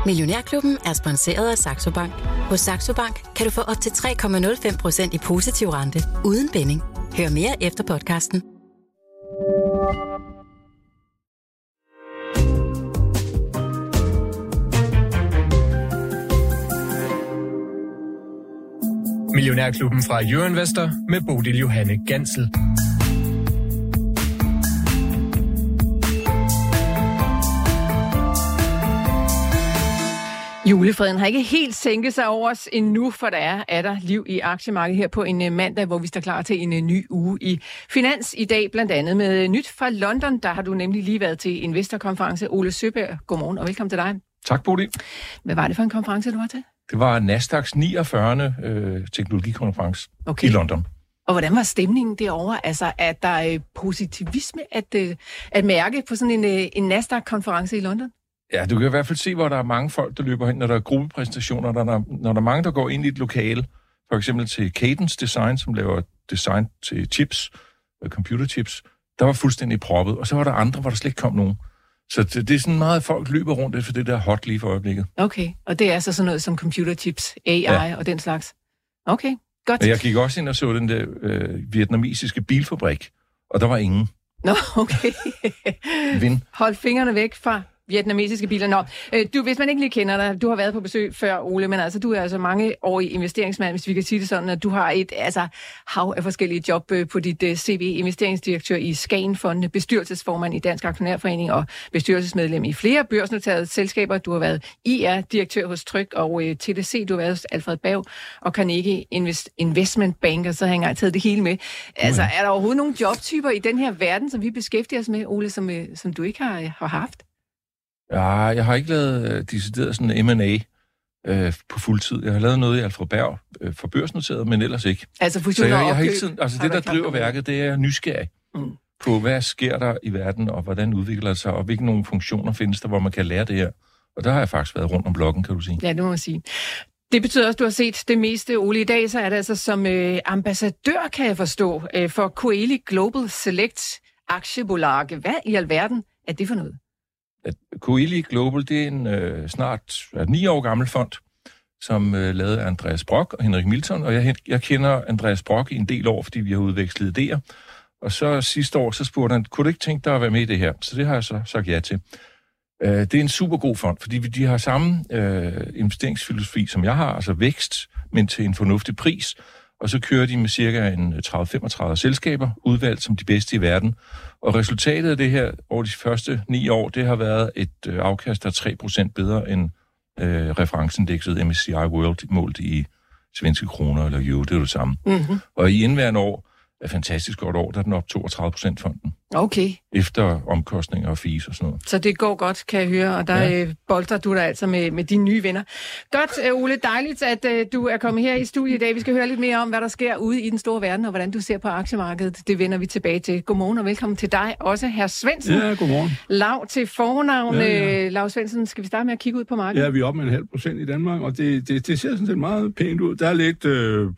Millionærklubben er sponsoreret af Saxo Bank. Hos Saxo Bank kan du få op til 3,05% i positiv rente uden binding. Hør mere efter podcasten. Millionærklubben fra Euroinvestor med Bodil Johanne Gansel. Julefreden har ikke helt sænket sig over os endnu, for der er liv i aktiemarkedet her på en mandag, hvor vi står klar til en ny uge i Finans i dag, blandt andet med nyt fra London. Der har du nemlig lige været til investorkonference. Ole Søberg, godmorgen og velkommen til dig. Tak, Bodil. Hvad var det for en konference, du var til? Det var Nasdaqs 49. teknologikonference i London. Og hvordan var stemningen derovre? Altså, er der positivisme at mærke på sådan en Nasdaq-konference i London? Ja, du kan i hvert fald se, hvor der er mange folk, der løber hen, når der er gruppepræsentationer. Når der er mange, der går ind i et lokale, for eksempel til Cadence Design, som laver design til chips, computerchips, der var fuldstændig proppet. Og så var der andre, hvor der slet ikke kom nogen. Så det er sådan meget, at folk løber rundt efter det der hot lige for øjeblikket. Okay, og det er så sådan noget som computerchips, AI og den slags. Okay, godt. Og jeg gik også ind og så den der vietnamesiske bilfabrik, og der var ingen. Nå, okay. Vind. Hold fingrene væk fra vietnamesiske biler. Nå, hvis man ikke lige kender dig, du har været på besøg før, Ole, men altså, du er altså mangeårig investeringsmand, hvis vi kan sige det sådan, at du har et hav af forskellige job på dit CV, investeringsdirektør i Skagenfondene, bestyrelsesformand i Dansk Aktionærforening og bestyrelsesmedlem i flere børsnoterede selskaber. Du har været IR-direktør hos Tryg og TDC, du har været hos Alfred Berg og Carnegie Investment Bank, og så har jeg engang taget det hele med. Altså, er der overhovedet nogle jobtyper i den her verden, som vi beskæftiger os med, Ole, som du ikke har haft? Ja, jeg har ikke lavet decideret sådan en M&A på fuldtid. Jeg har lavet noget i Alfred Berg for børsnoteret, men ellers ikke. Altså fusioner så jeg har ikke tiden, altså det, der driver værket, det er nysgerrig på, hvad sker der i verden, og hvordan udvikler det sig, og hvilke nogle funktioner findes der, hvor man kan lære det her. Og der har jeg faktisk været rundt om blokken, kan du sige. Ja, det må man sige. Det betyder også, at du har set det meste, Ole. I dag så er det altså som ambassadør, kan jeg forstå, for Coeli Global Select aktiebolag. Hvad i alverden er det for noget? Coeli Global, det er en snart 9 år gammel fond, som lavede af Andreas Brock og Henrik Milton, og jeg kender Andreas Brock i en del år, fordi vi har udvekslet idéer. Og så sidste år, så spurgte han, kunne du ikke tænke dig at være med i det her? Så det har jeg så sagt ja til. Det er en super god fond, fordi de har samme investeringsfilosofi, som jeg har, altså vækst, men til en fornuftig pris. Og så kører de med cirka en 30-35 selskaber, udvalgt som de bedste i verden. Og resultatet af det her over de første 9 år, det har været et afkast, der er 3% bedre end referenceindekset MSCI World, målt i svenske kroner eller euro, det er det samme. Mm-hmm. Og i indværende år, er fantastisk godt år, der er den op 32% fonden. Okay. Efter omkostninger og fees og sådan noget. Så det går godt, kan jeg høre, og der bolter du dig altså med dine nye venner. Godt, Ole, dejligt, at du er kommet her i studiet i dag. Vi skal høre lidt mere om, hvad der sker ude i den store verden, og hvordan du ser på aktiemarkedet. Det vender vi tilbage til. Godmorgen og velkommen til dig, også hr. Svendsen. Ja, godmorgen. Lav til fornavn. Ja. Lav Svendsen, skal vi starte med at kigge ud på markedet? Ja, vi er oppe med 0,5% i Danmark, og det ser sådan set meget pænt ud. Der er lidt...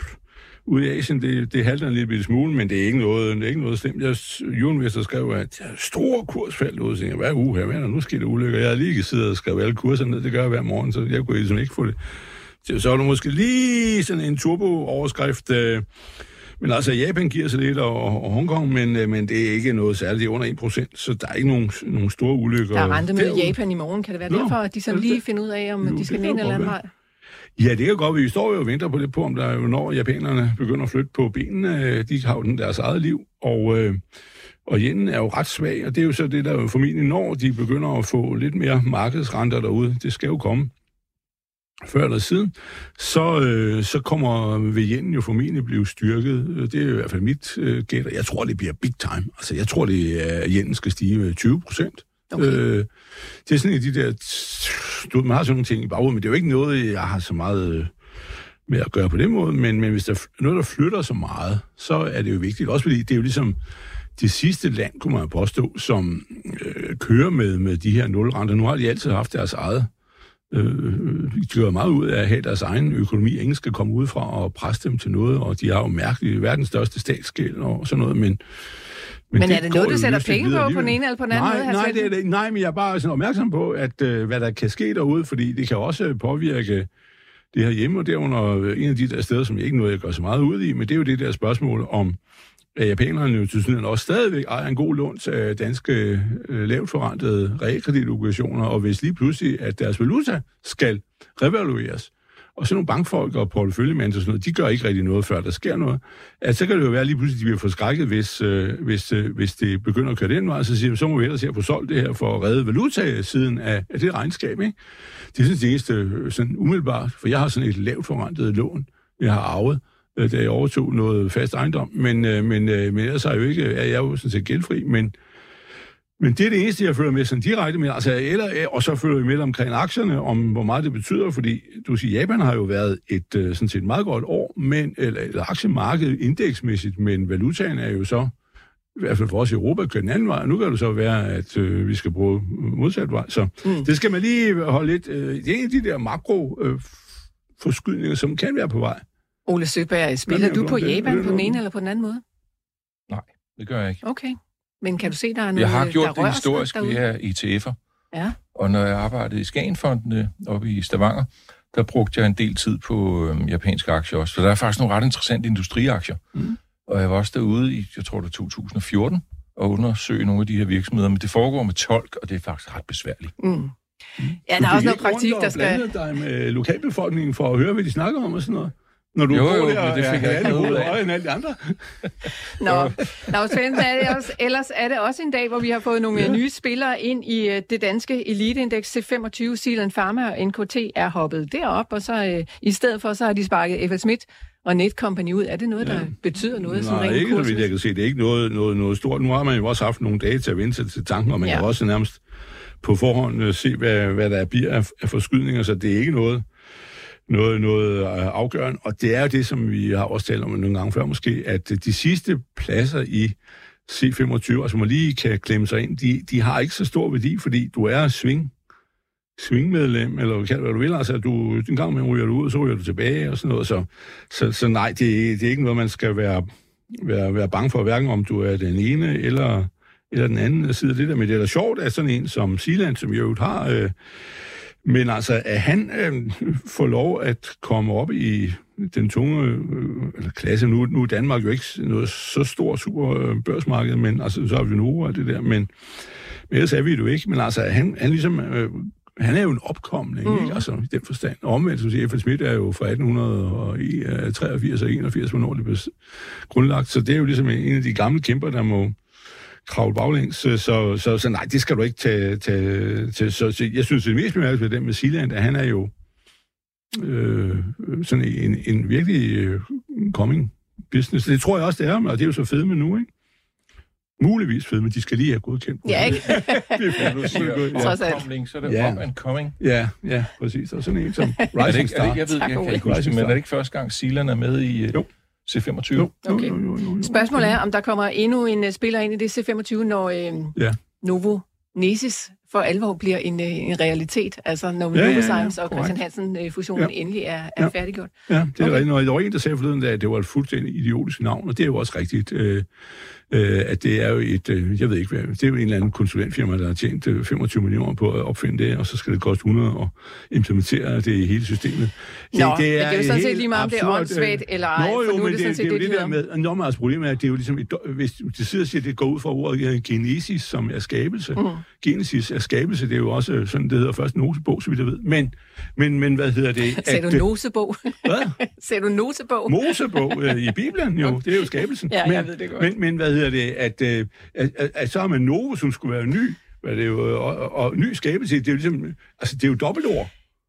Ude i Asien, det halter en lille smule, men det er ikke noget slemt. Euroinvestor skrev, at store kursfald ud, og tænkte, hvad er der nu sker det ulykker? Jeg har lige siddet og skrevet alle kurserne ned, det gør jeg hver morgen, så jeg kunne ligesom ikke få det. Så er der måske lige sådan en turbo-overskrift, men altså Japan giver sig lidt, og Hongkong, men det er ikke noget særligt, det er under 1%, så der er ikke nogen store ulykker. Der er rentemøde i Japan i morgen, kan det være derfor, at de sådan lige finder ud af, om de skal den ene eller anden vej? Ja, det kan godt. Vi står jo og venter på det på, om der er, når japanerne begynder at flytte på benene. De har jo deres eget liv, og yenen er jo ret svag, og det er jo så det, der jo formentlig når de begynder at få lidt mere markedsrenter derude. Det skal jo komme før eller siden. Så kommer yenen jo formentlig blive styrket. Det er i hvert fald mit gæt, og jeg tror, det bliver big time. Altså, jeg tror, yenen skal stige med 20%. Okay. Det er sådan en af de der... Man har sådan nogle ting i baghovedet, men det er jo ikke noget, jeg har så meget med at gøre på den måde, men hvis der er noget, der flytter så meget, så er det jo vigtigt. Også fordi det er jo ligesom det sidste land, kunne man påstå, som kører med de her nulrenter. Nu har de altid haft deres eget de gør meget ud af at have deres egen økonomi. Ingen skal komme udefra og presse dem til noget, og de har jo mærkeligt verdens største statsgæld og sådan noget, men er det noget, du sætter penge på den ene eller på den anden måde? Nej, men jeg er bare sådan opmærksom på, at hvad der kan ske derude, fordi det kan også påvirke det her hjemme, og derunder en af de der steder, som jeg ikke noget, jeg gør så meget ud i, men det er jo det der spørgsmål om, at japanerne jo til sådan også stadigvæk ejer en god lånt af danske lavt forrentede realkreditobligationer, og hvis lige pludselig, at deres valuta skal revalueres, og så nogle bankfolk og porteføljemænd og sådan noget, de gør ikke rigtig noget, før der sker noget. Så kan det jo være lige pludselig, at de bliver forskrækket, hvis det begynder at køre den vej, så siger de, så må vi ellers her få solgt det her for at redde valutasiden af det regnskab, ikke? Det er sådan det eneste sådan umiddelbart, for jeg har sådan et lavt forrentet lån, jeg har arvet, da jeg overtog noget fast ejendom, men ellers er jeg jo sådan set gældfri, men det er det eneste, jeg følger med sådan direkte med, og så følger vi med omkring aktierne, om hvor meget det betyder, fordi du siger, Japan har jo været et sådan set meget godt år, eller aktiemarkedet indeksmæssigt, men valutaen er jo så, i hvert fald for os i Europa, kørt den anden vej, og nu kan det så være, at vi skal bruge modsat vej, så det skal man lige holde lidt, det er en af de der makroforskydninger, som kan være på vej. Ole Søberg, spiller du på Japan på den ene eller på den anden måde? Nej, det gør jeg ikke. Okay. Men kan du se, der er noget, jeg har gjort det historisk ved her ETF'er. Ja. Og når jeg arbejdede i Skagenfondene oppe i Stavanger, der brugte jeg en del tid på japanske aktier også. For der er faktisk nogle ret interessante industriaktier. Og jeg var også derude i, jeg tror det var 2014, og undersøge nogle af de her virksomheder. Men det foregår med tolk, og det er faktisk ret besværligt. Ja, der er også noget praktik, der skal... Du dig med lokalbefolkningen for at høre, hvad de snakker om og sådan noget. Når du jo, det fik jeg ikke noget ud af. End alle de andre. Spændende er det også. Ellers er det også en dag, hvor vi har fået nogle nye spillere ind i det danske eliteindeks C25. Zealand Pharma og NKT er hoppet derop, og så i stedet for, så har de sparket F.L. Schmidt og Netcompany ud. Er det noget, der betyder noget? Nej, ikke så vidt jeg kan se. Det er ikke noget stort. Nu har man jo også haft nogle dage til at vende sig til tanken, og man kan også nærmest på forhånd se, hvad der bliver af forskydninger, så det er ikke noget afgørende. Og det er jo det, som vi har også talt om nogle gange før måske, at de sidste pladser i C25, altså man lige kan klemme sig ind, de har ikke så stor værdi, fordi du er svingmedlem, eller hvad du vil, altså en gang med ryger du ud, og så ryger du tilbage, og sådan noget. Så nej, det er ikke noget, man skal være bange for, hverken om du er den ene eller den anden side af det der. Men det er da sjovt, at sådan en som Zealand, som jeg jo har... Men altså, at han får lov at komme op i den tunge klasse, nu er Danmark jo ikke noget så stort super børsmarked, men altså, så har vi nu og det der, men ellers er vi det jo ikke. Men altså, han ligesom, han er jo en opkomling, ikke? Altså, i den forstand. Omvendt, som siger, F.L. Schmidt er jo fra 1883 og 81, hvornår det blev grundlagt, så det er jo ligesom en af de gamle kæmper, der må kravle baglæns, så nej, det skal du ikke tage så jeg synes, det mest bemærket ved den med Zealand, at han er jo sådan en virkelig coming business. Det tror jeg også, det er, og det er jo så fedme nu, ikke? Muligvis fedme, de skal lige have godkendt. Ja, ikke? Så er det up and coming. Ja, præcis. Og sådan en som Rising Star. Jeg kan ikke huske, men er det ikke første gang, Zealand er med i... C25. Jo. Spørgsmålet er, om der kommer endnu en spiller ind i det C25, når Novo Nesis for alvor bliver en realitet. Altså når Novo Science og Christian Hansen-fusionen endelig er færdiggjort. Ja, det er rigtigt. Når der var en, der sagde forleden, at det var et fuldstændig idiotisk navn, og det er jo også rigtigt. At det er jo jeg ved ikke hvad, det er jo en eller anden konsulentfirma, der har tjent 25 millioner på at opfinde det, og så skal det koste 100 at implementere det i hele systemet. Det er jo sådan set lige meget, om det er åndssvagt eller ej, for nu er det sådan set det der med. Nå, men altså problemet er, at det er jo ligesom, hvis du siger, at det går ud fra ordet genesis, som er skabelse. Genesis er skabelse, det er jo også sådan, det hedder først nosebog, så vidt jeg ved. Men hvad hedder det? Sagde du nosebog? Hvad? Sagde du nosebog? Mosebog i Bibelen, jo. Det er jo skabelsen. Ja, jeg ved det godt. Men hvad hedder det? At så har man Novo, som skulle være ny, og ny skabelse, det er jo ligesom, altså det er jo dobbeltord.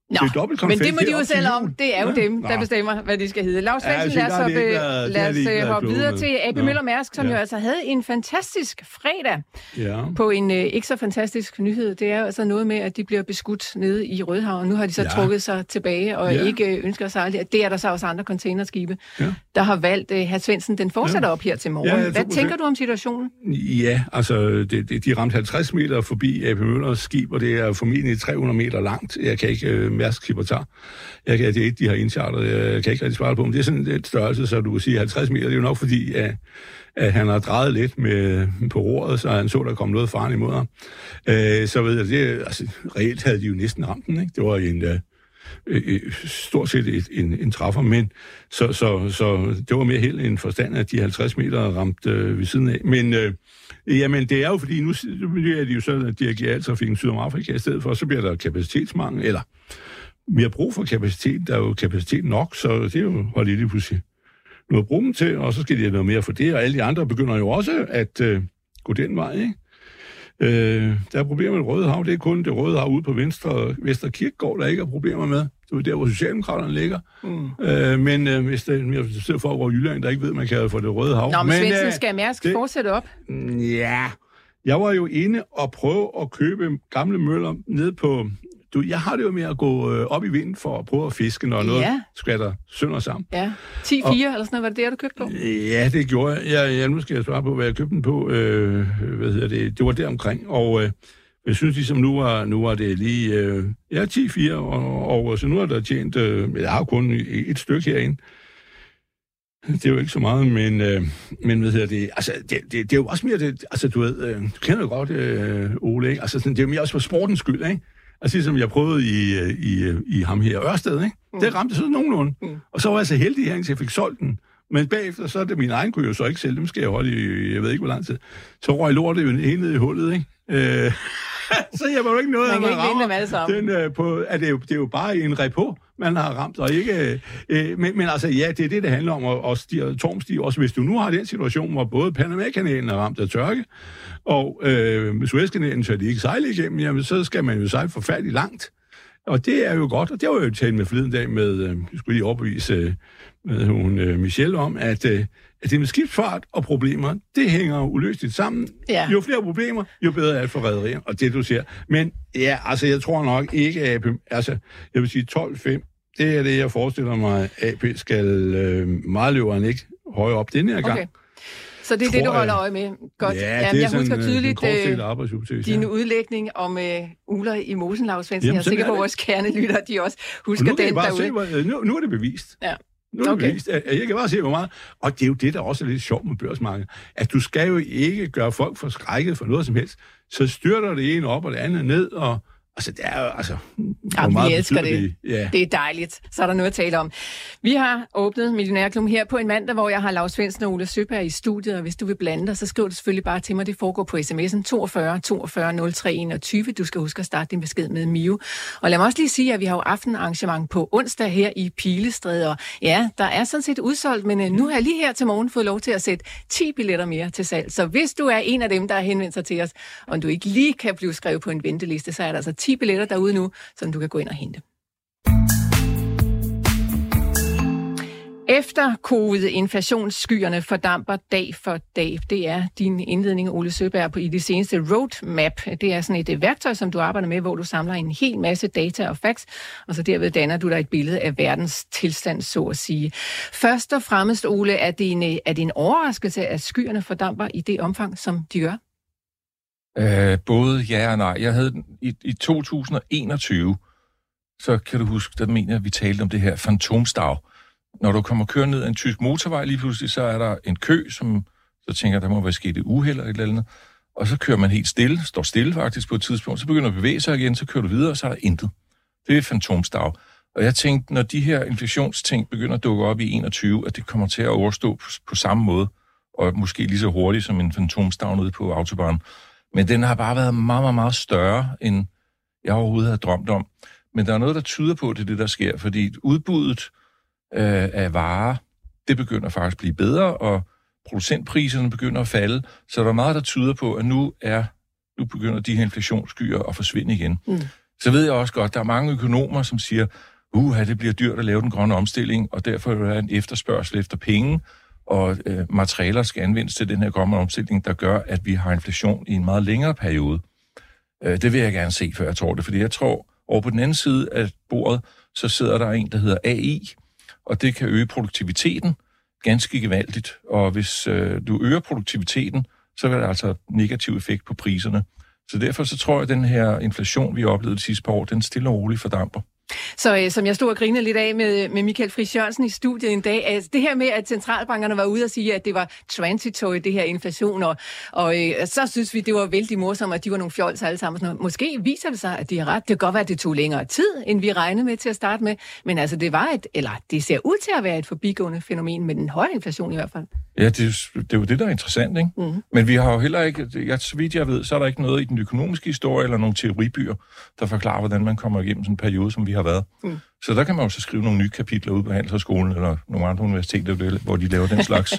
Nå, men det må de jo selv om. Det er jo dem, der bestemmer, hvad de skal hedde. Lars Svendsen, lad os hoppe videre til A.P. Møller Mærsk, som jo altså havde en fantastisk fredag på en ikke så fantastisk nyhed. Det er altså noget med, at de bliver beskudt nede i Rødhavet. Nu har de så trukket sig tilbage og ikke ønsker sig aldrig. Det er der så også andre containerskibe, der har valgt. Hr. Svendsen, den fortsætter op her til morgen. Hvad tænker du om situationen? Ja, altså, de ramte 50 meter forbi A.P. Møllers skib, og det er formentlig 300 meter langt. Jeg kan ikke Mærsk Gibraltar. Det er ikke, de har indchartet. Jeg kan ikke rigtig svare på, men det er sådan et størrelse, så du kan sige 50 meter. Det er jo nok fordi, at han har drejet lidt på roret, så han så, der kom noget faren imod ham. Så ved jeg, reelt havde de jo næsten ramt den, ikke? Det var stort set en træffer, men så det var mere held end forstand, at de 50 meter ramte ved siden af. Men jamen, det er jo fordi, nu er de jo så, at dirigerer al trafikken Sydafrika i stedet for, så bliver der kapacitetsmangel, eller mere brug for kapacitet. Der er jo kapacitet nok, så det er jo holdt lige pludselig noget at bruge dem til, og så skal de have noget mere for det, og alle de andre begynder jo også at gå den vej, ikke? Der er problemer med det Røde Hav. Det er kun det Røde Hav ude på Vester Kirkegård, der ikke er problemer med. Det er der, hvor Socialdemokraterne ligger. Men hvis der sidder folk over Jylland, der ikke ved, man kan få det Røde Hav. Nå, men Svendsen, skal Mærsk fortsætte op? Ja. Jeg var jo inde og prøve at købe gamle møller ned på... Jeg har det jo med at gå op i vinden for at prøve at fiske, når noget skvatter sønder sammen. Ja, 10-4 eller sådan noget, var det det, du købte på? Ja, det gjorde jeg. Nu skal jeg svare på, hvad jeg købte den på. Det var deromkring, og jeg synes ligesom, nu var det lige 10-4, og så nu er der tjent, jeg har kun et stykke herinde. Det er jo ikke så meget, men det er jo også mere det, altså du ved, du kender jo godt Ole, ikke? Altså det er jo mere også for sportens skyld, ikke? Altså som jeg prøvede i ham her Ørsted, ikke? Det ramte sådan nogenlunde. Og så var jeg så heldig, at jeg fik solgt den. Men bagefter, så er det min egen, kunne jo så ikke sælge dem, skal jeg holde i, jeg ved ikke hvor lang tid. Så røg lortet jo helt ned i hullet, ikke? Så jeg var jo ikke noget, man kan ikke vinde dem alle sammen. Det er jo bare en repo, man har ramt, og ikke... Men altså, ja, det er det handler om, og Tormstig også. Hvis du nu har den situation, hvor både Panama-kanalen er ramt af tørke, og Suezkanalen, så er de ikke sejle igennem, jamen, så skal man jo sejle forfærdeligt langt. Og det er jo godt, og det var jo talt med forleden dag med, jeg skulle lige overbevise Michelle om, at det med skibsfart og problemer, det hænger uløseligt sammen. Ja. Jo flere problemer, jo bedre er det for rederier, og det du siger. Men ja, altså jeg tror nok ikke, at jeg vil sige 12-5, det er det, jeg forestiller mig, AP skal meget løberen ikke højere op den her gang. Okay. Så det er det, du holder øje med. Godt. Ja, det er jeg husker tydeligt din udlægning om uler i mosen, Lars Svendsen. Jeg er sikker på, at vores kernelytter, de også husker den derude. Nu er det bevist. Ja. Nu er det bevist. Jeg kan bare se, hvor meget. Og det er jo det, der også er lidt sjovt med børsmarkedet. At du skal jo ikke gøre folk forskrækket for noget som helst. Så styrter det ene op og det andet ned, og altså, det er jo, altså... vi elsker det. Ja. Det er dejligt. Så er der noget at tale om. Vi har åbnet Millionærklubben her på en mandag, hvor jeg har Lars Svendsen og Ole Søberg i studiet, og hvis du vil blande dig, så skriv det selvfølgelig bare til mig. Det foregår på sms'en 42 42 03 21. Du skal huske at starte din besked med Mio. Og lad mig også lige sige, at vi har jo aftenarrangement på onsdag her i Pilestræde, og ja, der er sådan set udsolgt, men nu har jeg lige her til morgen fået lov til at sætte 10 billetter mere til salg. Så hvis du er en af dem, der har henvendt sig til os, og du ikke lige kan blive skrevet på en venteliste, så er der altså 10 billetter derude nu, som du kan gå ind og hente. Efter covid-inflationsskyerne fordamper dag for dag. Det er din indledning, Ole Søberg, på i det seneste roadmap. Det er sådan et værktøj, som du arbejder med, hvor du samler en hel masse data og facts, og så derved danner du dig et billede af verdens tilstand, så at sige. Først og fremmest, Ole, er det en overraskelse, at skyerne fordamper i det omfang, som de gør? Både ja og nej. Jeg havde i 2021, så kan du huske, der mener jeg, vi talte om det her fantomstav. Når du kommer køre ned ad en tysk motorvej, lige pludselig, så er der en kø, som så tænker, der må være sket et uheld eller et eller andet. Og så kører man helt stille, står stille faktisk på et tidspunkt, så begynder at bevæge sig igen, så kører du videre, og så er der intet. Det er et fantomstav. Og jeg tænkte, når de her inflationsting begynder at dukke op i 21, at det kommer til at overstå på samme måde, og måske lige så hurtigt som en fantomstav nede på autobahn. Men den har bare været meget, meget, meget større, end jeg overhovedet havde drømt om. Men der er noget, der tyder på, at det er det, der sker, fordi udbuddet af varer, det begynder faktisk at blive bedre, og producentpriserne begynder at falde, så der er meget, der tyder på, at nu begynder de her inflationsskyer at forsvinde igen. Så ved jeg også godt, der er mange økonomer, som siger, det bliver dyrt at lave den grønne omstilling, og derfor vil der være en efterspørgsel efter penge, og materialer skal anvendes til den her grønne omstilling, der gør, at vi har inflation i en meget længere periode. Det vil jeg gerne se, før jeg tror det, fordi jeg tror, over på den anden side af bordet, så sidder der en, der hedder AI, og det kan øge produktiviteten ganske gevaldigt, og hvis du øger produktiviteten, så vil der altså negativ effekt på priserne. Så derfor så tror jeg, at den her inflation, vi har oplevet de sidste par år, den stille og roligt fordamper. Så som jeg stod og grinede lidt af med Michael Friis Jørgensen i studiet en dag, altså det her med, at centralbankerne var ude og sige, at det var transitory, det her inflation, og så synes vi, det var vældig morsomt, at de var nogle fjols alle sammen. Måske viser det sig, at de har ret. Det kan godt være, at det tog længere tid, end vi regnede med til at starte med, men altså det ser ud til at være et forbigående fænomen med den høje inflation i hvert fald. Ja, det er jo det, der er interessant, ikke? Mm-hmm. Men vi har jo heller ikke, så vidt jeg ved, så er der ikke noget i den økonomiske historie eller nogle teoribøger, der forklarer, hvordan man kommer igennem sådan en periode, som vi har været. Mm. Så der kan man jo så skrive nogle nye kapitler ud på Handelshøjskolen eller nogle andre universiteter, hvor de laver den slags.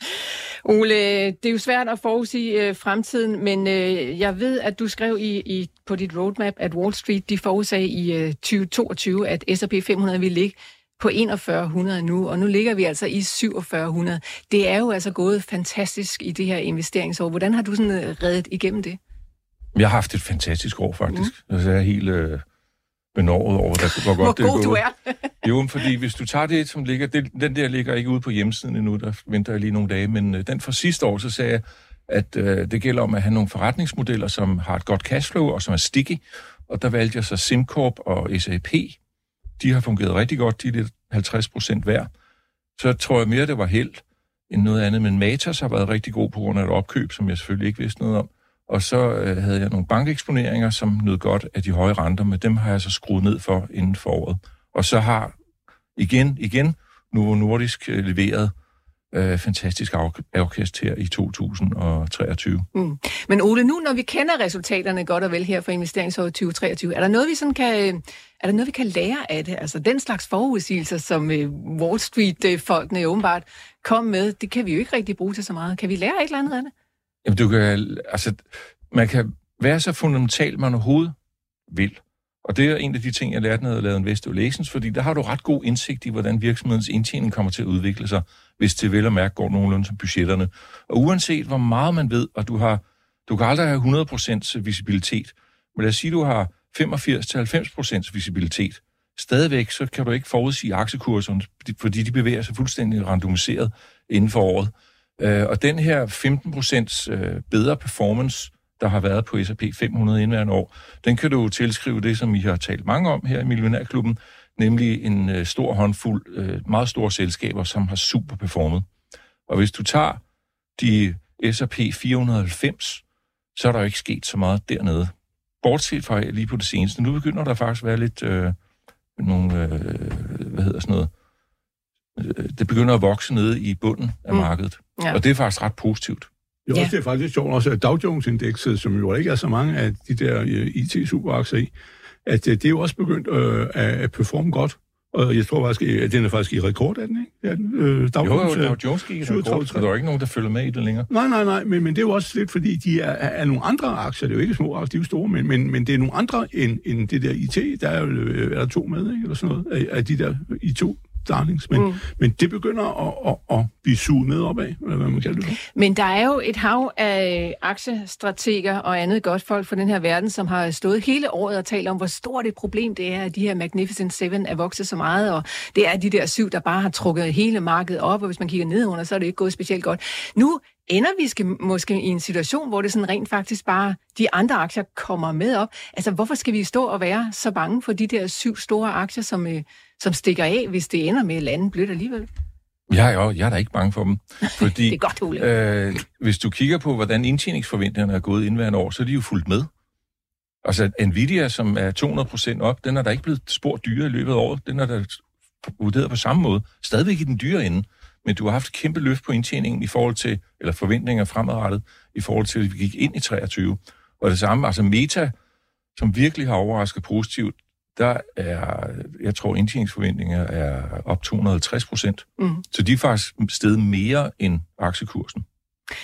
Ole, det er jo svært at forudsige fremtiden, men jeg ved, at du skrev på dit roadmap, at Wall Street de forudsagde i 2022, at S&P 500 ville ligge på 4100 nu, og nu ligger vi altså i 4700. Det er jo altså gået fantastisk i det her investeringsår. Hvordan har du sådan reddet igennem det? Jeg har haft et fantastisk år, faktisk. Altså, jeg er helt benovet over, hvor godt det er gået. Hvor god du er. Jo, fordi hvis du tager det, som ligger... Den der ligger ikke ude på hjemmesiden endnu, der venter jeg lige nogle dage, men den fra sidste år, så sagde jeg, at det gælder om at have nogle forretningsmodeller, som har et godt cashflow, og som er sticky, og der valgte jeg så SimCorp og SAP. De har fungeret rigtig godt, de er lidt 50% hver. Så tror jeg mere, det var held end noget andet, men Matas har været rigtig god på grund af et opkøb, som jeg selvfølgelig ikke vidste noget om. Og så havde jeg nogle bankeksponeringer, som nød godt af de høje renter, men dem har jeg så skruet ned for inden for året. Og så har igen Novo Nordisk leveret fantastisk afkast her i 2023. Mm. Men Ole, nu når vi kender resultaterne godt og vel her for investeringsåret 2023, er der noget, vi kan lære af det? Altså den slags forudsigelser, som Wall Street-folkene åbenbart kom med, det kan vi jo ikke rigtig bruge til så meget. Kan vi lære et eller andet af det? Jamen, man kan være så fundamental, man overhovedet vil. Og det er en af de ting, jeg lærte, når jeg lavede Investor Relations, fordi der har du ret god indsigt i, hvordan virksomhedens indtjening kommer til at udvikle sig, hvis det vel og mærke går nogenlunde som budgetterne. Og uanset hvor meget man ved, og du kan aldrig have 100% visibilitet, men lad os sige, du har 85-90% visibilitet. Stadigvæk, så kan du ikke forudsige aktiekurserne, fordi de bevæger sig fuldstændig randomiseret inden for året. Og den her 15% bedre performance, der har været på S&P 500 indværende år, den kan du tilskrive det, som I har talt mange om her i Millionærklubben, nemlig en stor håndfuld, meget store selskaber, som har super performet. Og hvis du tager de S&P 490, så er der jo ikke sket så meget dernede. Bortset fra lige på det seneste. Nu begynder der faktisk at være lidt det begynder at vokse nede i bunden af markedet. Ja. Og det er faktisk ret positivt. Det er faktisk sjovt også, at Dow Jones-indekset, som jo ikke er så mange af de der IT-superaktier i, at det er jo også begyndt at performe godt. Og jeg tror faktisk, at den er faktisk i rekord, er den, ikke? Ja, Dow Jones gik i rekord, så der er ikke nogen, der følger med i det længere. Nej, men det er jo også lidt, fordi de er nogle andre aktier. Det er jo ikke små aktier, de er jo store, men det er nogle andre end det der IT. Der er der 2 med, ikke? Eller sådan noget, af de der IT darlings, men det begynder at blive suget med opad, eller hvad man kalder det. Men der er jo et hav af aktiestrateger og andet godt folk fra den her verden, som har stået hele året og talt om, hvor stort et problem det er, at de her Magnificent Seven er vokset så meget, og det er de der 7, der bare har trukket hele markedet op, og hvis man kigger nedenunder, så er det ikke gået specielt godt. Nu ender vi måske i en situation, hvor det sådan rent faktisk bare de andre aktier kommer med op. Altså, hvorfor skal vi stå og være så bange for de der 7 store aktier, som stikker af, hvis det ender med at lande blødt alligevel? Jeg er da ikke bange for dem. Fordi, det er godt, Ole. Hvis du kigger på, hvordan indtjeningsforventningerne er gået indværende år, så er de jo fulgt med. Altså, Nvidia, som er 200% op, den er der ikke blevet spurgt dyre i løbet af året. Den er der vurderet på samme måde. Stadigvæk i den dyre ende. Men du har haft kæmpe løft på indtjeningen i forhold til, eller forventninger fremadrettet, i forhold til, at vi gik ind i 23. Og det samme, altså Meta, som virkelig har overrasket positivt, der er, jeg tror, indtjeningsforventninger er op 250%. Så de er faktisk steget mere end aktiekursen.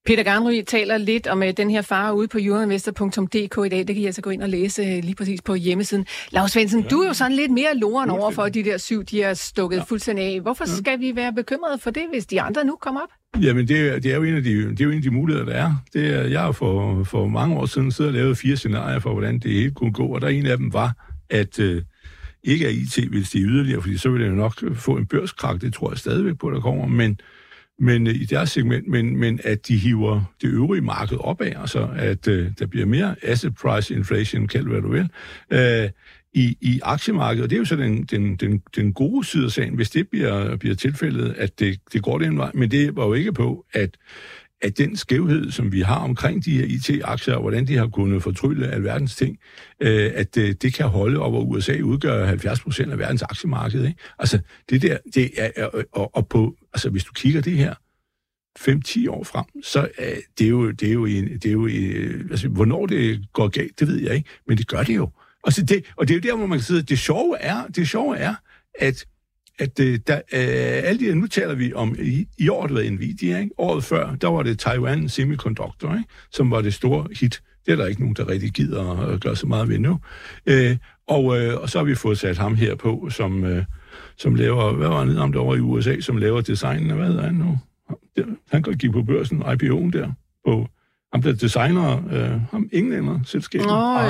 Peter Garnry taler lidt om den her fare ude på euroinvestor.dk i dag. Det kan I altså gå ind og læse lige præcis på hjemmesiden. Lars Svendsen, du er jo sådan lidt mere loren over for de der 7, de er stukket fuldstændig af. Hvorfor skal vi være bekymrede for det, hvis de andre nu kommer op? Jamen, det er jo en af de muligheder, der er. Jeg har for mange år siden siddet og lavet 4 scenarier for, hvordan det hele kunne gå, og der en af dem var, at ikke at IT vil stige yderligere, fordi så vil det jo nok få en børskrak, det tror jeg stadigvæk på, der kommer, men i deres segment, men at de hiver det øvrige marked opad, altså at der bliver mere asset price inflation, kald hvad du vil, i aktiemarkedet, og det er jo så den gode side af sagen, hvis det bliver tilfældet, at det går den vej, men det var jo ikke på, at den skævhed, som vi har omkring de her IT-aktier, og hvordan de har kunnet fortrylle alverdens ting, at det kan holde op, og USA udgør 70% af verdens aktiemarked. Ikke? Altså, det er, og på, altså, hvis du kigger det her 5-10 år frem, så det er jo altså, hvornår det går galt, det ved jeg ikke, men det gør det jo. Altså, og det er jo der, hvor man kan sige, at det sjove er, at alle de, nu taler vi om, i år har det været Nvidia, ikke? Året før, der var det Taiwan Semiconductor, ikke? Som var det store hit. Det er der ikke nogen, der rigtig gider at gøre så meget ved nu. Og så har vi fået sat ham her på, som laver, hvad var han om derovre i USA, som laver designen, hvad hedder han nu? Han kan gik på børsen, IPO'en der, på ham der designer, ham englænder selskabet.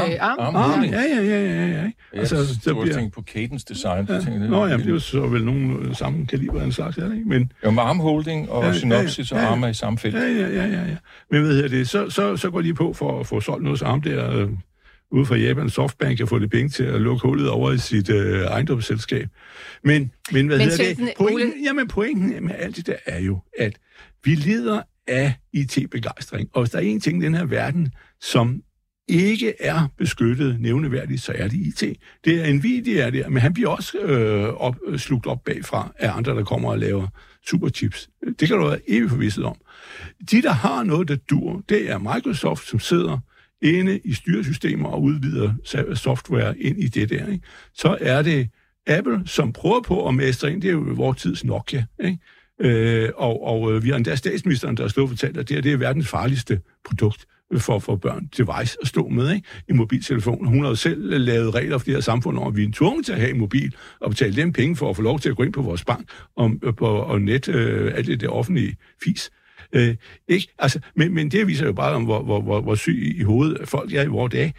Ja. Altså, så bliver tænkt på Cadence Design. Ja. Det er jo så vel nogen samme kaliber af en slags, er det ikke? Men jo, med Arm Holding og Synopsys og Arm er i samme felt. Ja. Men hvad hedder det? Så går de på for at få solgt noget, så Arm der ude fra Japan, Softbank, kan få det penge til at lukke hullet over i sit ejendomsselskab. Men hvad hedder det? Pointen med alt det der er jo, at vi lider af IT-begejstring. Og hvis der er en ting i den her verden, som ikke er beskyttet nævneværdigt, så er det IT. Det er Nvidia der, men han bliver også slugt op bagfra af andre, der kommer og laver superchips. Det kan du være evigt forvisset om. De, der har noget, der dur, det er Microsoft, som sidder inde i styresystemer og udvider software ind i det der. Ikke? Så er det Apple, som prøver på at mestre ind. Det er jo vores tids Nokia, ikke? Og vi har endda statsministeren, der har stået og fortalt, at det er verdens farligste produkt for børn device at stå med, ikke? En mobiltelefon. Hun har jo selv lavet regler for det her samfund, og vi er tvunget til at have en mobil og betale dem penge for at få lov til at gå ind på vores bank og net, alt det der offentlige fis. Ikke? Altså, men det viser jo bare om, hvor syg i hovedet folk er i vores dage.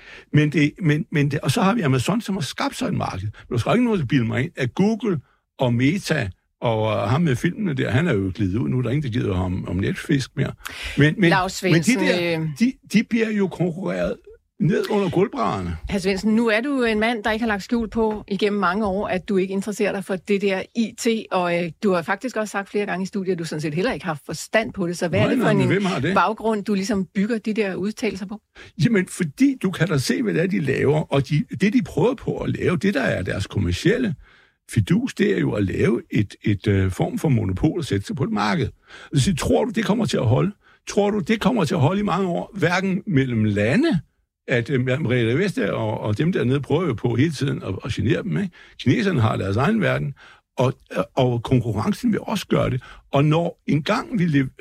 Og så har vi Amazon, som har skabt sig et marked. Men der skal ikke noget, der bilder mig ind, at Google og Meta og ham med filmene der, han er jo glidet ud. Nu er der ingen, der gider ham om netfisk mere. Men de bliver jo konkurreret ned under gulvbrædderne. Hr. Svendsen, nu er du en mand, der ikke har lagt skjul på igennem mange år, at du ikke interesserer dig for det der IT, og du har faktisk også sagt flere gange i studiet, at du sådan set heller ikke har forstand på det. Så hvad er det for en baggrund, du ligesom bygger de der udtalelser på? Jamen, fordi du kan da se, hvad det er, de laver, og det, de prøver på at lave, det der er deres kommercielle fidus, det er jo at lave et form for monopol og sætte sig på et marked. Så tror du, det kommer til at holde? Tror du, det kommer til at holde i mange år, hverken mellem lande, at Margrethe Vestager og dem dernede prøver jo på hele tiden at genere dem, ikke? Kineserne har deres egen verden, og konkurrencen vil også gøre det. Og når engang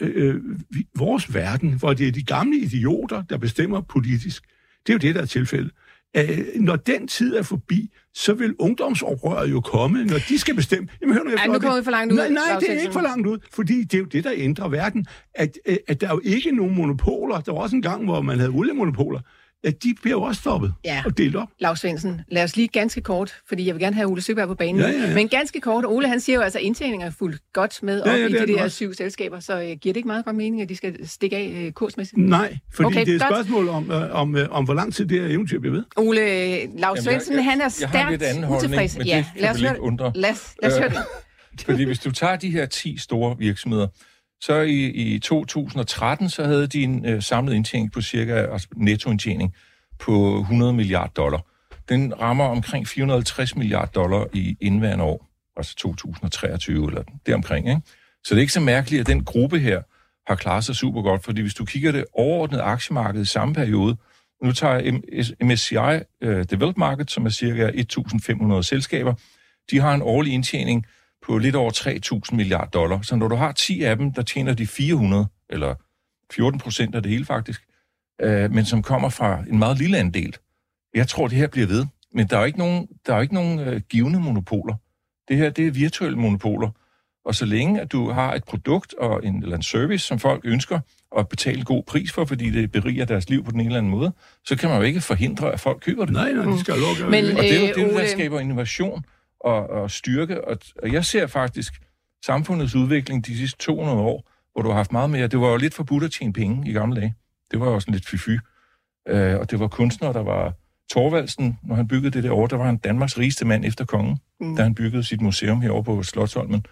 vores verden, hvor det er de gamle idioter, der bestemmer politisk, det er jo det, der er tilfældet. Når den tid er forbi, så vil ungdomsoprøret jo komme, når de skal bestemme. Jamen, hør nu, nu kommer vi for langt ud. Nej, det er ikke for langt ud, fordi det er jo det, der ændrer verden. At der er jo ikke nogen monopoler. Der var også en gang, hvor man havde oliemonopoler. At de bliver jo også stoppet og delt op. Lars Svendsen, lad os lige ganske kort, fordi jeg vil gerne have Ole Søberg på banen. Ja. Men ganske kort, Ole han siger jo altså, at indtjeningen er fuldt godt med op i de der 7 selskaber, så giver det ikke meget godt mening, at de skal stikke af kursmæssigt? Nej, fordi det er et spørgsmål om hvor lang tid det her eventyr bliver ved. Ole, Lars Svendsen, han er stærkt utilfreds. Ja, lad os høre det. Fordi hvis du tager de her 10 store virksomheder, så i 2013, så havde de en samlet indtjening på nettoindtjening på $100 milliarder. Den rammer omkring $450 milliarder i indværende år, altså 2023 eller deromkring, ikke? Så det er ikke så mærkeligt, at den gruppe her har klaret sig super godt, fordi hvis du kigger det overordnede aktiemarked i samme periode, nu tager MSCI Developed Market, som er cirka 1.500 selskaber, de har en årlig indtjening på lidt over $3.000 milliarder. Så når du har 10 af dem, der tjener de 400 eller 14% af det hele faktisk, men som kommer fra en meget lille andel. Jeg tror, det her bliver ved. Men der er jo ikke nogen givende monopoler. Det her, det er virtuelle monopoler. Og så længe, at du har et produkt eller en service, som folk ønsker at betale god pris for, fordi det beriger deres liv på den ene eller anden måde, så kan man jo ikke forhindre, at folk køber det. Nej, de skal lov. Men, og det er jo det, der skaber innovation og styrke. Og jeg ser faktisk samfundets udvikling de sidste 200 år, hvor du har haft meget mere. Det var jo lidt forbudt at tjene penge i gamle dage. Det var jo sådan lidt fy-fy. Og det var kunstnere, der var Thorvaldsen, når han byggede det derovre, der var han Danmarks rigeste mand efter kongen, da han byggede sit museum herovre på Slotsholmen.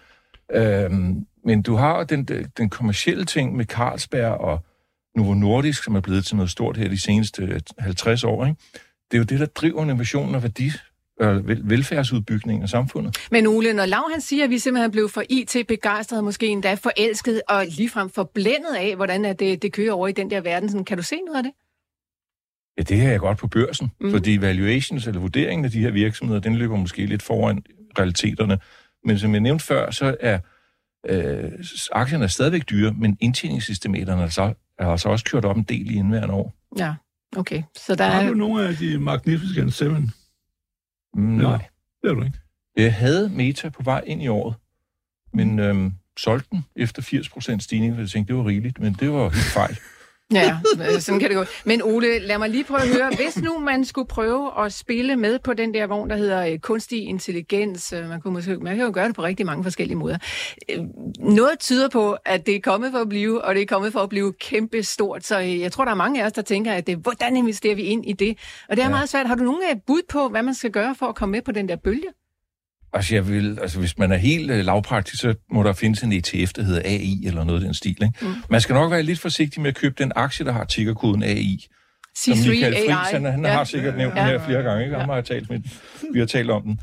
Men du har den kommercielle ting med Carlsberg og Novo Nordisk, som er blevet til noget stort her de seneste 50 år. Ikke? Det er jo det, der driver innovationen og velfærdsudbygningen af samfundet. Men Ole, når Lau han siger, at vi simpelthen blev for IT-begejstrede, måske endda forelsket og ligefrem forblændet af, hvordan det kører over i den der verden, sådan, kan du se noget af det? Ja, det her er godt på børsen, fordi valuations eller vurderingen af de her virksomheder, den løber måske lidt foran realiteterne. Men som jeg nævnte før, så er aktierne stadigvæk dyre, men indtjeningsestimaterne er altså også kørt op en del i indværende år. Ja, okay. Så der har du nogle af de Magnificent 7? Nej. Det er du ikke. Jeg havde Meta på vej ind i året, men solgte den efter 80% stigning, fordi jeg tænkte, det var rigeligt, men det var helt fejl. Ja, sådan kan det gå. Men Ole, lad mig lige prøve at høre, hvis nu man skulle prøve at spille med på den der vogn, der hedder kunstig intelligens, man kan jo gøre det på rigtig mange forskellige måder. Noget tyder på, at det er kommet for at blive, og det er kommet for at blive kæmpe stort, så jeg tror, der er mange af os, der tænker, at hvordan investerer vi ind i det? Og det er meget svært. Har du nogen bud på, hvad man skal gøre for at komme med på den der bølge? Altså, hvis man er helt lavpraktisk, så må der findes en ETF, der hedder AI, eller noget af den stil. Ikke? Man skal nok være lidt forsigtig med at købe den aktie, der har tickerkoden AI. C3 som Michael AI. Friis, han har sikkert nævnt den her flere gange, ikke? Han har talt med, vi har talt om den.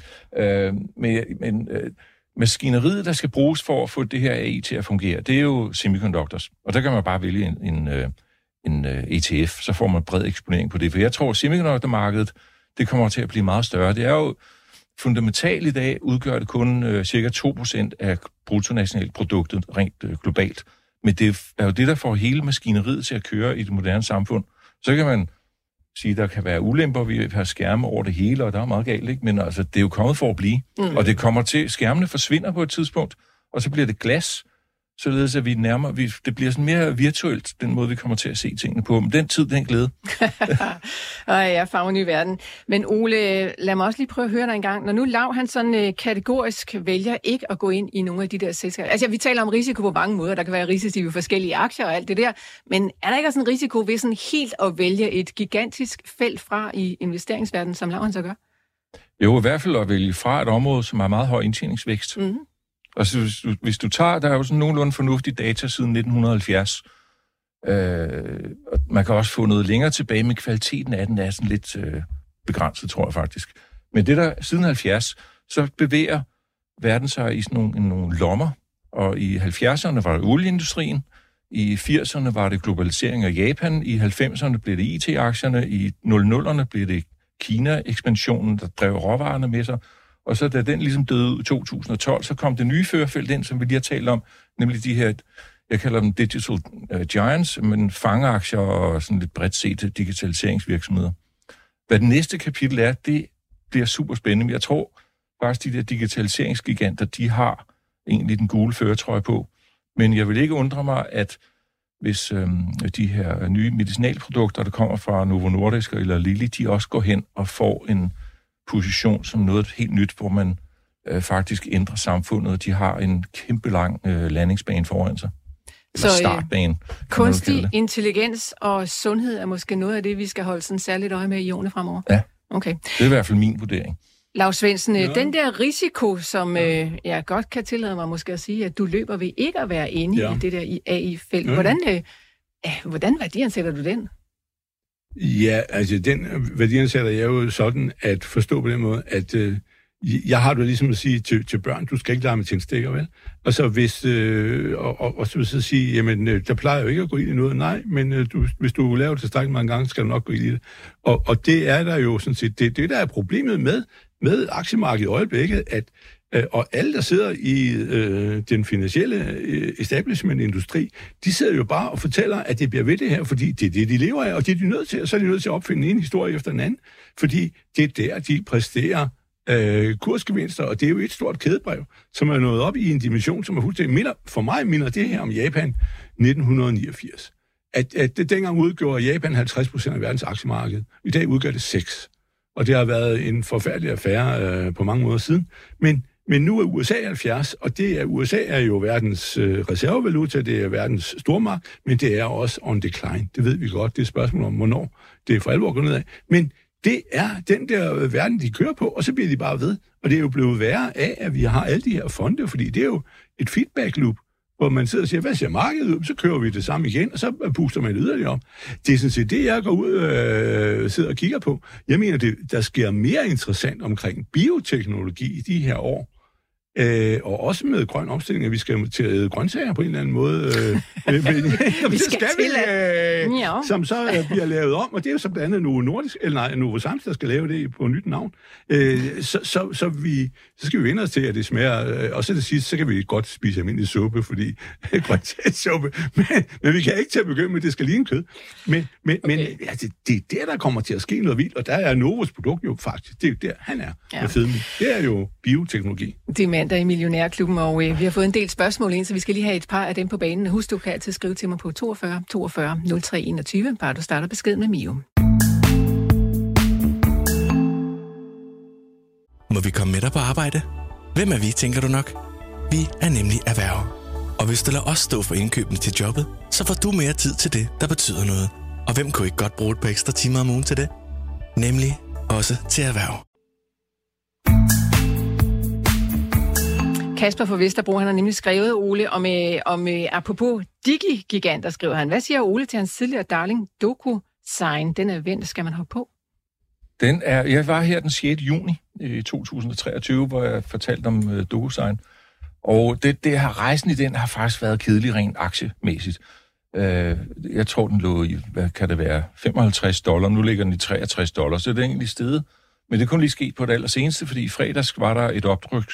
Men maskineriet, der skal bruges for at få det her AI til at fungere, det er jo semiconductors. Og der kan man bare vælge en ETF, så får man bred eksponering på det. For jeg tror, at semiconductor-markedet, det kommer til at blive meget større. Det er jo fundamentalt i dag udgør det kun cirka 2% af bruttonationalproduktet rent globalt. Men det er jo det, der får hele maskineriet til at køre i det moderne samfund. Så kan man sige, at der kan være ulemper, vi har skærme over det hele, og der er meget galt, ikke? Men altså, det er jo kommet for at blive. Og det kommer til, skærmene forsvinder på et tidspunkt, og så bliver det glas, således at det bliver sådan mere virtuelt, den måde, vi kommer til at se tingene på. Men den tid, den glæde. Ja, farven i verden. Men Ole, lad mig også lige prøve at høre dig en gang. Når nu Lau, han sådan kategorisk vælger ikke at gå ind i nogle af de der selskaber. Altså, vi taler om risiko på mange måder. Der kan være risici ved forskellige aktier og alt det der. Men er der ikke også en risiko ved sådan helt at vælge et gigantisk felt fra i investeringsverdenen, som Lau han så gør? Jo, i hvert fald at vælge fra et område, som har meget høj indtjeningsvækst. Og så, hvis du tager, der er jo sådan nogenlunde fornuftig data siden 1970. Og man kan også få noget længere tilbage, men kvaliteten af den er sådan lidt begrænset, tror jeg faktisk. Men det der siden 70, så bevæger verden sig i sådan nogle lommer. Og i 70'erne var det olieindustrien, i 80'erne var det globalisering af Japan, i 90'erne blev det IT-aktierne, i 00'erne blev det Kina-ekspansionen, der drev råvarerne med sig. Og så da den ligesom døde ud i 2012, så kom det nye førerfelt ind, som vi lige har talt om, nemlig de her, jeg kalder dem digital giants, men fangeaktier og sådan lidt bredt set digitaliseringsvirksomheder. Hvad det næste kapitel er, det bliver super spændende, men jeg tror faktisk, de der digitaliseringsgiganter, de har egentlig den gule førertrøje på. Men jeg vil ikke undre mig, at hvis de her nye medicinalprodukter, der kommer fra Novo Nordisk eller Lilly, de også går hen og får en position som noget helt nyt, hvor man faktisk ændrer samfundet. De har en kæmpe lang landingsbane foran sig. Eller startbane. Kunstig intelligens og sundhed er måske noget af det, vi skal holde sådan særligt øje med i årene fremover. Ja, okay. Det er i hvert fald min vurdering. Lau Svendsen, den der risiko, som jeg godt kan tillade mig måske at sige, at du løber ved ikke at være inde i det der AI-felt. Hvordan værdiansætter du den? Ja, altså den værdiansætter jeg jo sådan at forstå på den måde, at jeg har det ligesom at sige til børn, du skal ikke lege med tændstikker, vel? Og så hvis, og så vil jeg sige, jamen, der plejer jo ikke at gå ind i noget, nej, men hvis du laver det tilstrækkeligt mange gange, skal du nok gå ind i det. Og det er der jo sådan set, det der er problemet med aktiemarkedet i øjeblikket, Og alle, der sidder i den finansielle establishment-industri, de sidder jo bare og fortæller, at det bliver ved det her, fordi det er det, de lever af, og det er de nødt til, og så er de nødt til at opfinde en historie efter den anden, fordi det er der, de præsterer kursgevinster, og det er jo et stort kædebrev, som er nået op i en dimension, som er fuldstændig for mig minder det her om Japan 1989. At dengang udgjorde Japan 50% af verdens aktiemarked. I dag udgør det 6%. Og det har været en forfærdelig affære på mange måder siden. Men nu er USA 70, og USA er jo verdens reservevaluta, det er verdens stormagt, men det er også on decline. Det ved vi godt. Det er et spørgsmål om, hvornår det er for alvor gået nedad. Men det er den der verden, de kører på, og så bliver de bare ved. Og det er jo blevet værre af, at vi har alle de her fonde, fordi det er jo et feedback loop, hvor man sidder og siger, hvad ser markedet ud? Så kører vi det samme igen, og så puster man yderligere op. Det er sådan set det, jeg går ud sidder og kigger på. Jeg mener, der sker mere interessant omkring bioteknologi i de her år, og også med grøn omstilling, at vi skal til at æde grøntsager på en eller anden måde. Vi skal som så bliver lavet om, og det er jo så blandt andet Novo Samsø, der skal lave det på nyt navn. Så skal vi vende os til, at det smager, og så til sidst, så kan vi godt spise almindelig suppe, fordi grøntsagssuppe, men vi kan ikke til at begynde med, at det skal ligne kød. Men altså, det er der kommer til at ske noget vildt, og der er Novos produkt jo faktisk, det er jo der, han er med fedme. Det er jo bioteknologi. Det er mandag i Millionærklubben, og vi har fået en del spørgsmål ind, så vi skal lige have et par af dem på banen. Husk, du kan altid skrive til mig på 42 42 03 21, bare du starter besked med Mio. Må vi komme med dig på arbejde? Hvem er vi, tænker du nok? Vi er nemlig Erhverv. Og hvis du lader os stå for indkøbene til jobbet, så får du mere tid til det, der betyder noget. Og hvem kunne ikke godt bruge et par ekstra timer om ugen til det? Nemlig også til Erhverv. Kasper fra Vesterbro, han har nemlig skrevet, Ole, om apropos Digi-giganter, skriver han. Hvad siger Ole til hans tidligere darling DocuSign? Den er vendt, skal man hoppe på? Jeg var her den 6. juni i 2023, hvor jeg fortalte om DocuSign. Og det her rejsen i den har faktisk været kedelig rent aktiemæssigt. Jeg tror, den lå i, hvad kan det være, $55. Nu ligger den i $63, så det er egentlig steget. Men det kunne lige ske på det allerseneste, fordi i fredags var der et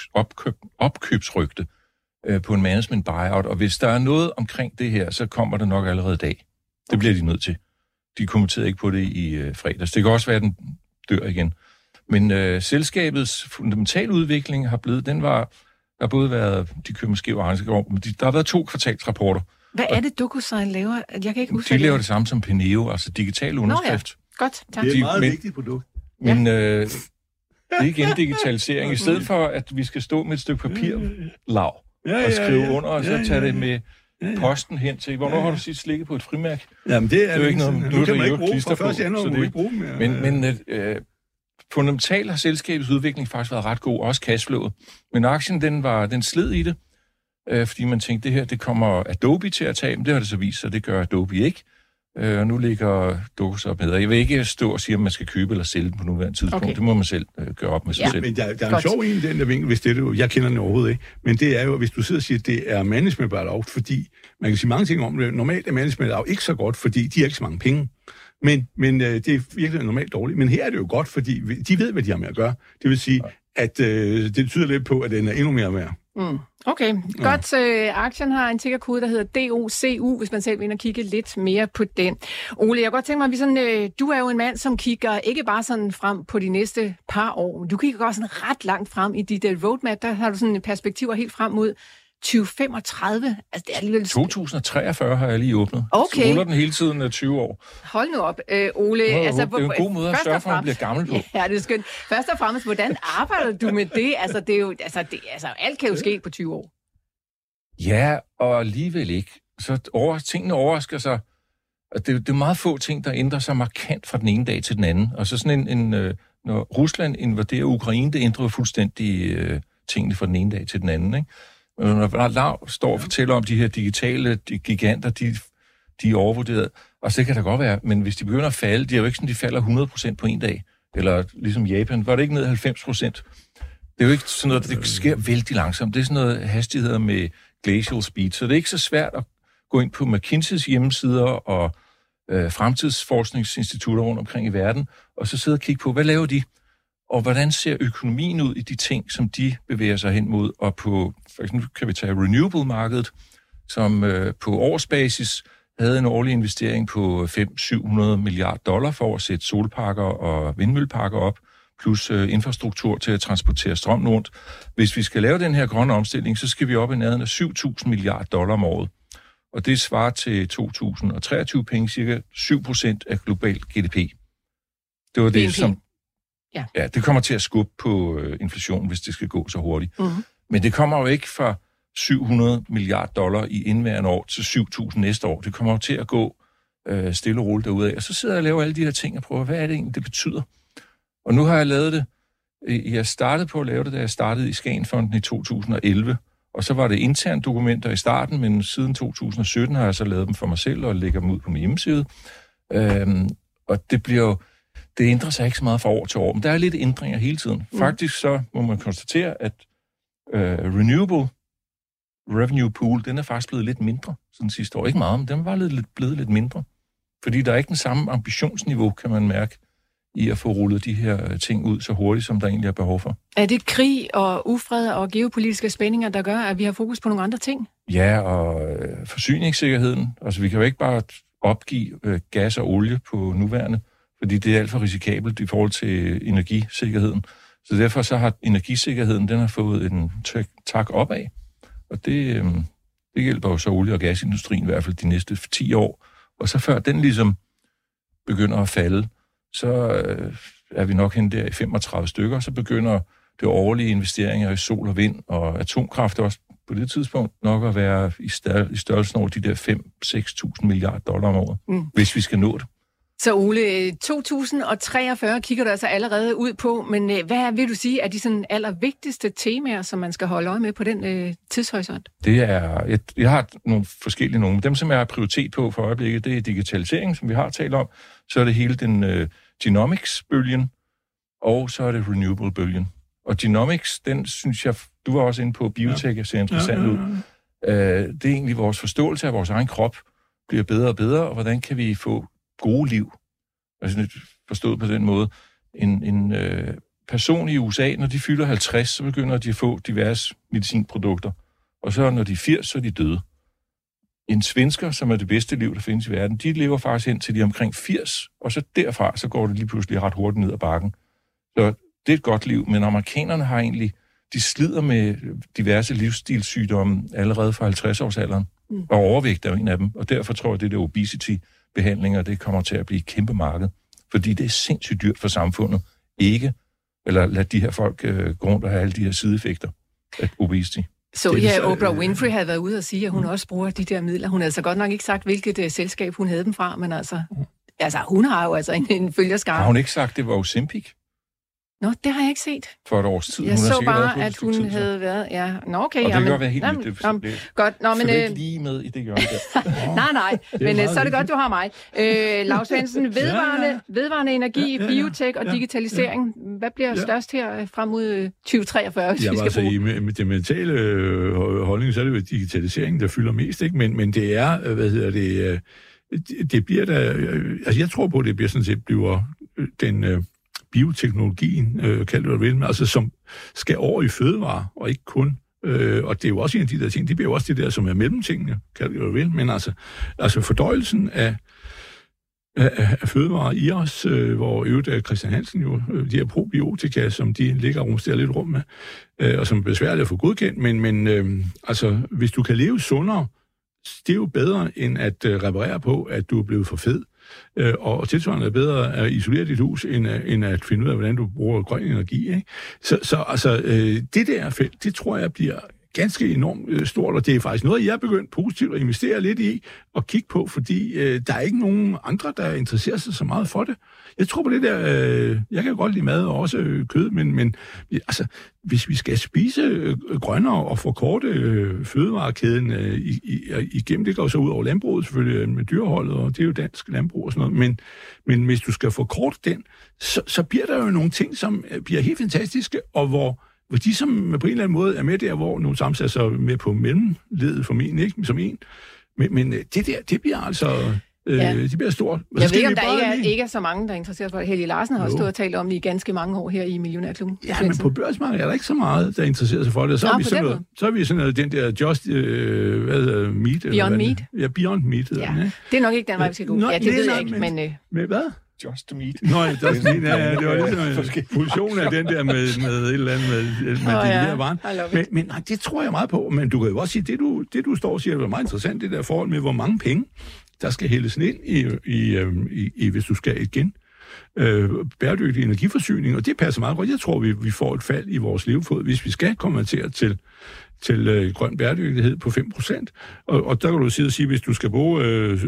opkøbsrygte på en management buyout, og hvis der er noget omkring det her, så kommer det nok allerede i dag. Det bliver de nødt til. De kommenterede ikke på det i fredags. Det kan også være, at den dør igen. Men selskabets fundamentale udvikling har blevet, der har både været, de køber måske orange, men der har været 2 kvartalsrapporter. Hvad er det, DocuSign laver? Jeg kan ikke huske de laver det samme som Peneo, altså digital underskrift. Ja. Godt, tak. Det er et meget vigtigt produkt. Men det er igen digitalisering. I stedet for, at vi skal stå med et stykke papirlav og skrive under, og så tage det med posten hen til. Hvornår har du sidst slikket på et frimærke? Jamen, det er jo ikke noget. Nu kan man ikke bruge fra 1. januar, må vi ikke bruge dem mere. Men fundamentalt har selskabets udvikling faktisk været ret god, også cashflowet. Men aktien, den sled i det, fordi man tænkte, det kommer Adobe til at tage, men det har det så vist sig, det gør Adobe ikke. Og nu ligger Dokus op med. Jeg vil ikke stå og sige, om man skal købe eller sælge den på nuværende tidspunkt. Okay. Det må man selv gøre op med sig selv. Men der er en sjov en i den der vinkel, hvis det er det. Jeg kender den overhovedet ikke. Men det er jo, hvis du sidder og siger, at det er management buyout, fordi man kan sige mange ting om det. Normalt er management buyout ikke så godt, fordi de har ikke så mange penge. Men det er virkelig normalt dårligt. Men her er det jo godt, fordi de ved, hvad de har med at gøre. Det vil sige, at det tyder lidt på, at den er endnu mere værd. Okay, godt. Aktien har en tickerkode, der hedder DOCU, hvis man selv vil ind og kigge lidt mere på den. Ole, jeg kan godt tænke mig, at vi sådan, du er jo en mand, som kigger ikke bare sådan frem på de næste par år, du kigger også sådan ret langt frem i dit roadmap. Der har du sådan perspektiver helt frem mod 2035. Altså, det er alligevel... 2043 har jeg lige åbnet. Okay. Så ruller den hele tiden 20 år. Hold nu op, Ole. Altså, det er jo en god måde at sørge for, at man bliver gammel på. Ja, det er skønt. Først og fremmest, hvordan arbejder du med det? Altså, det er jo, alt kan jo ske på 20 år. Ja, og alligevel ikke. Så tingene overrasker sig. Det er meget få ting, der ændrer sig markant fra den ene dag til den anden. Og så sådan når Rusland invaderer Ukraine, det ændrer fuldstændig tingene fra den ene dag til den anden, ikke? Når Lav står og fortæller om de her digitale giganter, de er overvurderet. Og så det kan det godt være, men hvis de begynder at falde, de er jo ikke sådan, de falder 100% på en dag. Eller ligesom Japan, var det ikke ned 90%? Det er jo ikke sådan noget, det sker vældig langsomt. Det er sådan noget hastigheder med glacial speed, så det er ikke så svært at gå ind på McKinseys hjemmesider og fremtidsforskningsinstitutter rundt omkring i verden, og så sidde og kigge på, hvad laver de? og hvordan ser økonomien ud i de ting, som de bevæger sig hen mod, og på, for eksempel kan vi tage renewable-markedet, som på årsbasis havde en årlig investering på $500-700 milliarder for at sætte solparker og vindmølleparker op, plus infrastruktur til at transportere strøm rundt. Hvis vi skal lave den her grønne omstilling, så skal vi op i nærheden af $7.000 milliarder om året. Og det svarer til 2023 penge, cirka 7% af global GDP. Det var det, som... Ja, det kommer til at skubbe på inflationen, hvis det skal gå så hurtigt. Mm-hmm. Men det kommer jo ikke fra $700 milliarder i indværende år til 7.000 næste år. Det kommer jo til at gå stille og roligt derudad. Og så sidder jeg og laver alle de her ting og prøver, hvad er det egentlig, det betyder? Og nu har jeg lavet det. Jeg startede på at lave det, da jeg startede i Skagenfonden i 2011. Og så var det interne dokumenter i starten, men siden 2017 har jeg så lavet dem for mig selv og lægger dem ud på min hjemmeside. Og det bliver jo... Det ændrer sig ikke så meget fra år til år, men der er lidt ændringer hele tiden. Faktisk så må man konstatere, at renewable revenue pool, den er faktisk blevet lidt mindre siden sidste år. Ikke meget, men den er bare blevet lidt mindre. Fordi der er ikke den samme ambitionsniveau, kan man mærke, i at få rullet de her ting ud så hurtigt, som der egentlig er behov for. Er det krig og ufred og geopolitiske spændinger, der gør, at vi har fokus på nogle andre ting? Ja, og forsyningssikkerheden. Altså, vi kan jo ikke bare opgive gas og olie på nuværende, fordi det er alt for risikabelt i forhold til energisikkerheden. Så derfor så har energisikkerheden, den har fået en tak opad. Og det hjælper jo så olie- og gasindustrien i hvert fald de næste 10 år. Og så før den ligesom begynder at falde, så er vi nok hen der i 35 stykker, så begynder det årlige investeringer i sol og vind og atomkraft også på det tidspunkt nok at være i størrelsen over de der 5-6.000 milliarder dollar om året, hvis vi skal nå det. Så Ole, 2043 kigger du altså allerede ud på, men hvad vil du sige er de sådan allervigtigste temaer, som man skal holde øje med på den tidshorisont? Det er, jeg har nogle forskellige nogle. Dem, som jeg har prioritet på for øjeblikket, det er digitalisering, som vi har talt om. Så er det hele den genomics-bølgen, og så er det renewable-bølgen. Og genomics, den synes jeg, du var også inde på, biotech ser interessant ud. Det er egentlig vores forståelse af vores egen krop bliver bedre og bedre, og hvordan kan vi få gode liv. Altså forstået på den måde. En person i USA, når de fylder 50, så begynder de at få diverse medicinprodukter. Og så når de er 80, så er de døde. En svensker, som er det bedste liv, der findes i verden, de lever faktisk hen til de omkring 80, og så derfra, så går det lige pludselig ret hurtigt ned ad bakken. Så det er et godt liv, men amerikanerne har egentlig, de slider med diverse livsstilssygdomme allerede fra 50-årsalderen, og overvægt er en af dem, og derfor tror jeg, det der obesity-behandlinger, det kommer til at blive et kæmpe marked, fordi det er sindssygt dyrt for samfundet, ikke, eller lad de her folk gå rundt og have alle de her sideeffekter af obesity. Så ja, Oprah Winfrey havde været ude og sige, at hun også bruger de der midler. Hun havde altså godt nok ikke sagt, hvilket selskab hun havde dem fra, men altså hun har jo altså en følgerskare. Har hun ikke sagt, det var Ozempic? Nå, det har jeg ikke set. For et års tid. Jeg så bare, at hun havde været... Ja, nå okay. Og det kan godt være helt nyt. Godt, nå, men... ikke lige med i det hjørne der. nej, men så er det godt, du har mig. Lars Svendsen, vedvarende energi, biotech og digitalisering. Hvad bliver størst her frem mod 2043, hvis vi skal bruge? Med det mentale holdning, så er det jo digitalisering, der fylder mest, ikke? Men det er, det bliver der... Altså, jeg tror på, at det bliver sådan set bliver den... bioteknologien, kalder du det vel, altså som skal over i fødevarer, og ikke kun, og det er jo også en af de der ting, det bliver jo også det der, som er mellemtingene, kalder du det vel, men altså fordøjelsen af fødevarer i os, hvor øvrigt Christian Hansen jo, de her probiotika, som de ligger og rumsterer lidt rum med, og som er besværligt at få godkendt, men altså, hvis du kan leve sundere, det er jo bedre, end at reparere på, at du er blevet for fed. Og tilsvarende er bedre at isolere dit hus, end at finde ud af, hvordan du bruger grøn energi. Ikke? Så altså, det der felt, det tror jeg bliver ganske enormt stort, og det er faktisk noget, jeg er begyndt positivt at investere lidt i og kigge på, fordi der er ikke nogen andre, der interesserer sig så meget for det. Jeg tror på det der, jeg kan godt lide mad og også kød, men altså, hvis vi skal spise grønnere og forkorte fødevarekæden igennem, det går så ud over landbruget selvfølgelig med dyreholdet, og det er jo dansk landbrug og sådan noget, men hvis du skal forkorte den, så bliver der jo nogle ting, som bliver helt fantastiske, og hvor de som på en eller anden måde er med der, hvor nogle sammensætter sig med på mellemledet for mig, ikke som en. Men det der, det bliver altså... De bliver stort. Jeg ved ikke, om der ikke er så mange, der er interesseret for det. Helge Larsen har også stået og talt om det i ganske mange år her i Millionærklubben. Ja, men på børsmarkedet er der ikke så meget, der interesserer sig for det. Så er vi sådan noget, den der Just Meat. Beyond Meat. Ja, Beyond Meat. Ja. Det er nok ikke den vej, vi skal gå. Ja, det ved jeg ikke, men... Med hvad? Just Meat. Nå, Just Meat, ja, det var ligesom en fusion af den der med et eller andet med de her varer. Men nej, det tror jeg meget på. Men du kan jo også sige, det du står og siger, er meget interessant, det der forhold med, hvor mange penge, der skal hældes ind i hvis du skal igen bæredygtig energiforsyning, og det passer meget godt. Jeg tror, vi får et fald i vores levefod, hvis vi skal konvertere til grøn bæredygtighed på 5%. Og der kan du sige, hvis du skal bruge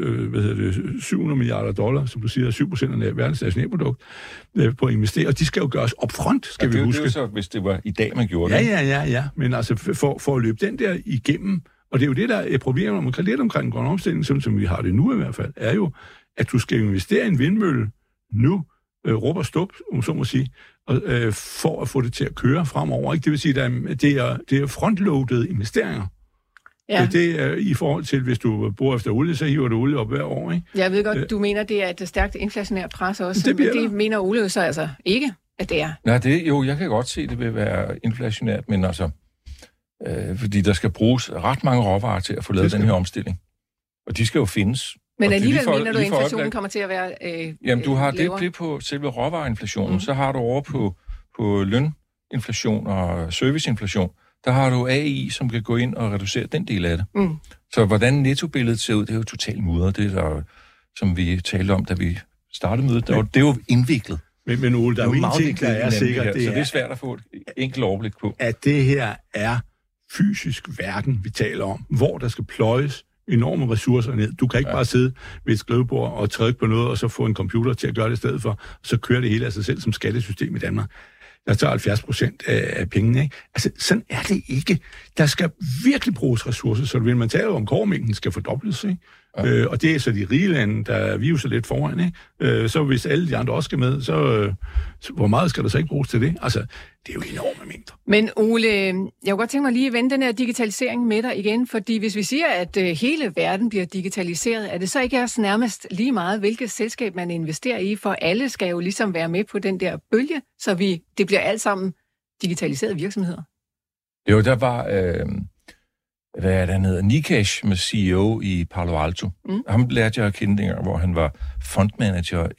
$700 milliarder, som du siger, 7% af verdens nationalprodukt, på at investere, og de skal jo gøres upfront, skal vi huske. Det er jo så, hvis det var i dag, man gjorde det. Ja. Men altså, for at løbe den der igennem, og det er jo det, der er problemet lidt omkring den grønne omstilling, som vi har det nu i hvert fald, er jo, at du skal investere i en vindmølle nu, råb og stop, om så må sige, for at få det til at køre fremover. Ikke? Det vil sige, at det er frontloadede investeringer. Ja. Det er i forhold til, hvis du bor efter olie, så hiver du olie op hver år. Ikke? Jeg ved godt, du mener, det er et stærkt inflationært pres også. Det mener Ole jo så altså ikke, at det er. Nej, jeg kan godt se, at det vil være inflationært, men altså, fordi der skal bruges ret mange råvarer til at få lavet den her omstilling. Og de skal jo findes. Men alligevel mener du, at inflationen kommer til at være jamen, du har det på selve råvareinflationen. Så har du over på løninflation og serviceinflation, der har du AI, som kan gå ind og reducere den del af det. Så hvordan nettobilledet ser ud, det er jo totalt mudret. Det der, som vi talte om, da vi startede mødet, det er jo indviklet. Men Ole, der er jo en ting, der er sikkert. Så det er svært at få et enkelt overblik på. At det her er fysisk verden, vi taler om, hvor der skal pløjes enorme ressourcer ned. Du kan ikke bare sidde ved et skrivebord og trykke på noget, og så få en computer til at gøre det i stedet for, og så kører det hele af sig selv som skattesystem i Danmark. Der tager 70% af pengene, ikke? Altså, sådan er det ikke. Der skal virkelig bruges ressourcer, så vil man tale om, kårmængden skal fordobles, ikke? Og det er så de rige lande, der vi jo så lidt foran, ikke? Så hvis alle de andre også skal med, så hvor meget skal der så ikke bruges til det? Altså, det er jo enorme mængder. Men Ole, jeg kunne godt tænke mig lige at vende den her digitalisering med dig igen, fordi hvis vi siger, at hele verden bliver digitaliseret, er det så ikke også nærmest lige meget, hvilket selskab man investerer i, for alle skal jo ligesom være med på den der bølge, så det bliver alt sammen digitaliserede virksomheder. Jo, der var... hvad er det, han hedder? Nikesh med CEO i Palo Alto. Ham lærte jeg at kende dengang, hvor han var fondmanager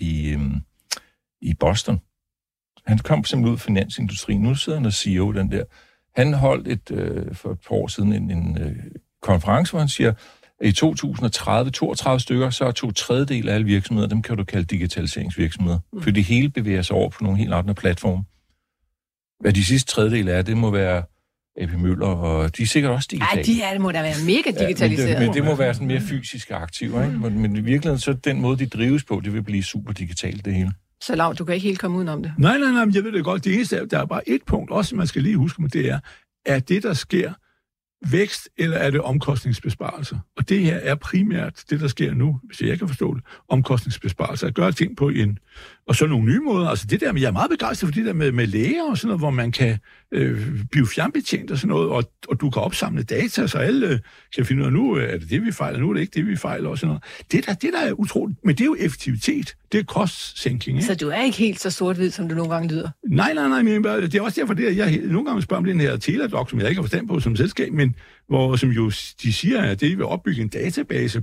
i Boston. Han kom simpelthen ud af finansindustrien. Nu sidder han og CEO den der. Han holdt for et par år siden en konference, hvor han siger, at i 2030, 32 stykker, så er 2/3 af alle virksomheder, dem kan du kalde digitaliseringsvirksomheder. For det hele bevæger sig over på nogle helt andre platforme. Hvad de sidste tredjedel er, det må være AP Møller, og de er sikkert også digitale. Ja, det må da være mega digitaliseret. Ja, men det må være sådan mere fysiske aktiver, ikke? Men i virkeligheden, så den måde, de drives på, det vil blive super digitalt, det hele. Så Lav, du kan ikke helt komme udenom det. Nej, men jeg ved det godt. Det eneste, der er bare et punkt, også man skal lige huske, men det er det, der sker vækst, eller er det omkostningsbesparelser? Og det her er primært det, der sker nu, hvis jeg kan forstå det, omkostningsbesparelser. At gøre ting på og så nogle nye måder. Altså det der, men jeg er meget begejstret for det der med læger og sådan noget, hvor man kan blive fjernbetjent og sådan noget, og du kan opsamle data, så alle kan finde ud af, nu er det vi fejler, nu er det ikke det, vi fejler og sådan noget. Det der er utroligt, men det er jo effektivitet. Det er kostsænkning, ikke? Så du er ikke helt så sort-hvid, som du nogle gange lyder? Nej, men det er også derfor, det jeg nogle gange spørger om den her Teladoc, som jeg ikke har forstand på som selskab, men som jo de siger, at det vil opbygge en database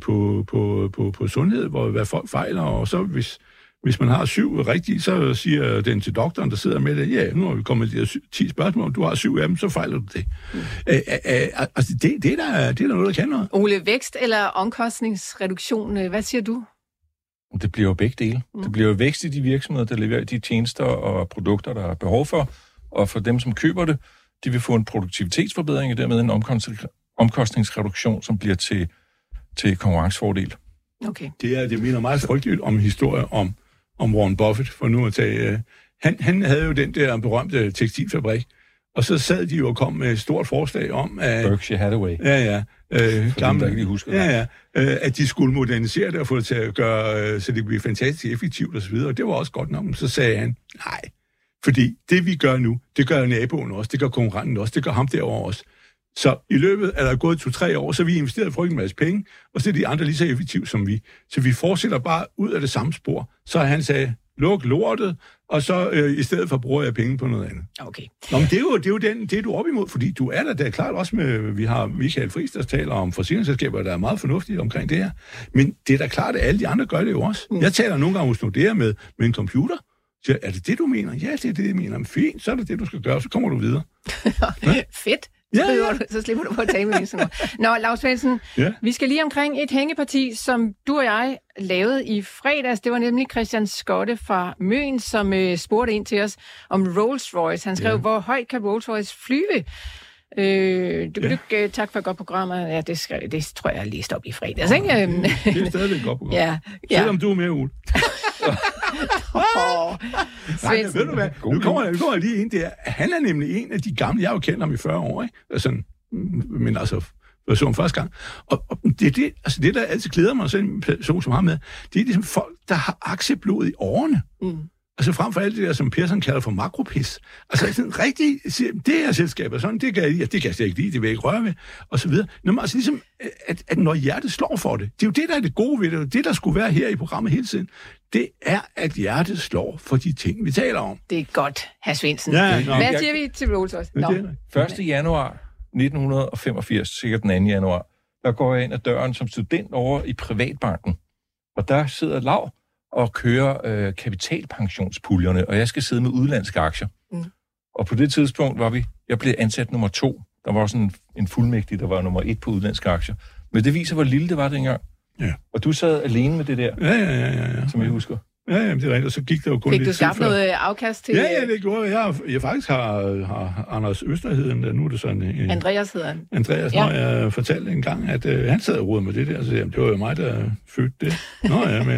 på sundhed, hvor hvad folk fejler, og så hvis man har 7 rigtigt, så siger den til doktoren, der sidder med det, ja, nu har vi kommet til 10 spørgsmål, du har 7 af dem, så fejler du det. Altså, det er der noget, der kan noget. Ole, vækst eller omkostningsreduktion, hvad siger du? Det bliver jo begge dele. Det bliver jo vækst i de virksomheder, der leverer de tjenester og produkter, der er behov for, og for dem, som køber det, de vil få en produktivitetsforbedring, og dermed en omkostningsreduktion, som bliver til konkurrencefordel. Okay. Det minder meget frygteligt om historie om Warren Buffett, for nu at tage... Han havde jo den der berømte tekstilfabrik, og så sad de jo og kom med et stort forslag om, at... Berkshire Hathaway. Ja. Gamle, ikke husker det. At de skulle modernisere det og få det til at gøre, så det bliver fantastisk effektivt osv., og det var også godt nok. Så sagde han, nej, fordi det vi gør nu, det gør naboen også, det gør konkurrenten også, det gør ham derovre også. Så i løbet er der gået 2-3 år, så vi investeret frygtelig en masse penge, og så er de andre lige så effektive som vi. Så vi fortsætter bare ud af det samme spor. Så han sagde, luk lortet, og så i stedet for bruger jeg penge på noget andet. Okay. Nå, men det er du op imod, fordi du er der er klart også med, vi har Michael Friis, der taler om forsikringsselskaber, der er meget fornuftige omkring det her. Men det er da klart, at alle de andre gør det jo også. Jeg taler nogle gange hos Nordea med en computer. Så er det, du mener? Ja, det er det, jeg mener. Men fint, så er det det, du skal gøre, så kommer du videre. Fedt. Ja. Så slipper du på at tale med mig sådan noget. Nå, Laus Svendsen, vi skal lige omkring et hængeparti, som du og jeg lavede i fredags. Det var nemlig Christian Skotte fra Møn, som spurgte ind til os om Rolls-Royce. Han skrev, hvor højt kan Rolls-Royce flyve? Tak for et godt program. Ja, det tror jeg lige op i fredags, ikke? Det er stadig et godt program. Ja. Selvom du er med, Ole. Nej, ved du hvad? Nu kommer jeg lige ind der. Han er nemlig en af de gamle, jeg har jo kendt ham i 40 år, ikke? Altså, men altså, version første gang. Og det, der altid glæder mig, så en person som ham med, det er ligesom folk, der har aktieblod i årene. Altså frem for alt det der, som Persson kalder for makropis. Altså sådan rigtig, det her selskab er sådan, det kan jeg slet ikke lide, det vil jeg ikke røre ved, og så videre. Nå, men altså ligesom, at når hjertet slår for det, det er jo det, der er det gode ved det, det der skulle være her i programmet hele tiden, det er, at hjertet slår for de ting, vi taler om. Det er godt, hr. Svendsen. Ja, hvad siger vi til Rolls-Royce? 1. januar 1985, sikkert den 2. januar, der går jeg ind ad døren som student over i Privatbanken, og der sidder Lav og kører kapitalpensionspuljerne, og jeg skal sidde med udenlandske aktier. Og på det tidspunkt jeg blev ansat nummer 2. Der var også en fuldmægtig, der var nummer 1 på udenlandske aktier. Men det viser, hvor lille det var dengang. Ja. Og du sad alene med det der, som jeg husker. Ja, det er rigtigt, og så gik der jo kun lidt tid. Fik du skabt noget afkast til? Ja, det gjorde jeg. Jeg faktisk har Anders Østerheden, nu er det sådan en... Andreas hedder han. Andreas, når jeg fortalte en gang, at han sad og rodede med det der, så det var jo mig, der fødte det. Nå ja, men...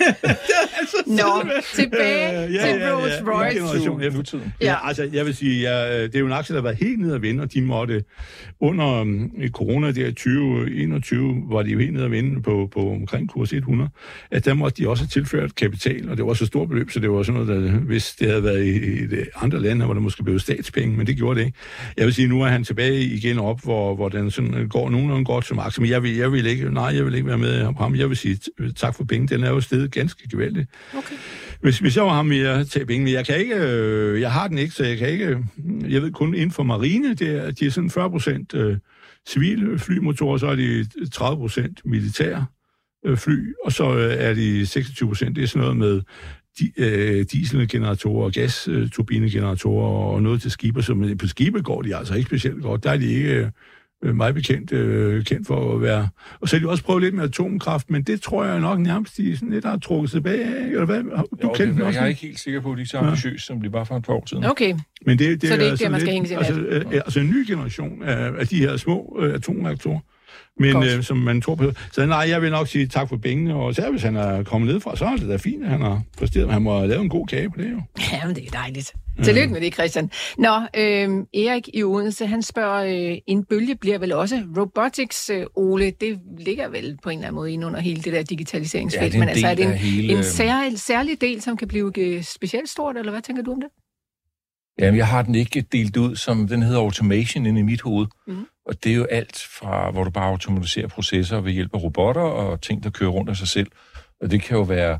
tilbage til Rolls-Royce. Ja, altså, jeg vil sige, det er jo en aktie, der har været helt nede at vinde, og de måtte under corona der i 2021, var de jo helt nede at vinde på omkring kurs 100, at der måtte de også have tilført kapital, og det var så stort beløb, så det var sådan noget, der, hvis det havde været i andre lande, hvor der måske blev statspenge, men det gjorde det ikke. Jeg vil sige, nu er han tilbage igen op, hvor den sådan går nogenlunde godt som aktie, men jeg vil ikke være med ham. Jeg vil sige tak for penge. Den er jo steget ganske gevaldigt. Okay. Hvis jeg var ham, ville jeg tage penge, men jeg kan ikke, jeg har den ikke, så jeg kan ikke, jeg ved kun inden for marine, de er sådan 40% civile flymotorer, så er de 30% militære fly, og så er de 26%, det er sådan noget med dieselgeneratorer og gasturbinegeneratorer og noget til skibe, så på skibe går de altså ikke specielt godt. Der er de ikke meget kendt for at være. Og så har de også prøvet lidt med atomkraft, men det tror jeg nok nærmest de sådan lidt har trukket tilbage af, eller hvad? Jeg er ikke helt sikker på, at de er så ambitiøse, som de var for et par år siden. Okay, men det så det er ikke det, man skal hænge sig altså en ny generation af de her små atomreaktorer, men som man tror på. Så nej, jeg vil nok sige tak for pengene, og så hvis han er kommet ned fra, så er det da fint, at han har præsteret. Han må have lavet en god kage på det jo. Jamen, det er dejligt. Tillykke med det, Christian. Nå, Erik i Odense, han spørger, en bølge bliver vel også robotics, Ole? Det ligger vel på en eller anden måde ind under hele det der digitaliseringsfelt, men altså er det en særlig del, som kan blive specielt stort, eller hvad tænker du om det? Jamen, jeg har den ikke delt ud, som den hedder automation inde i mit hoved. Og det er jo alt fra, hvor du bare automatiserer processer ved hjælp af robotter og ting, der kører rundt af sig selv. Og det kan jo være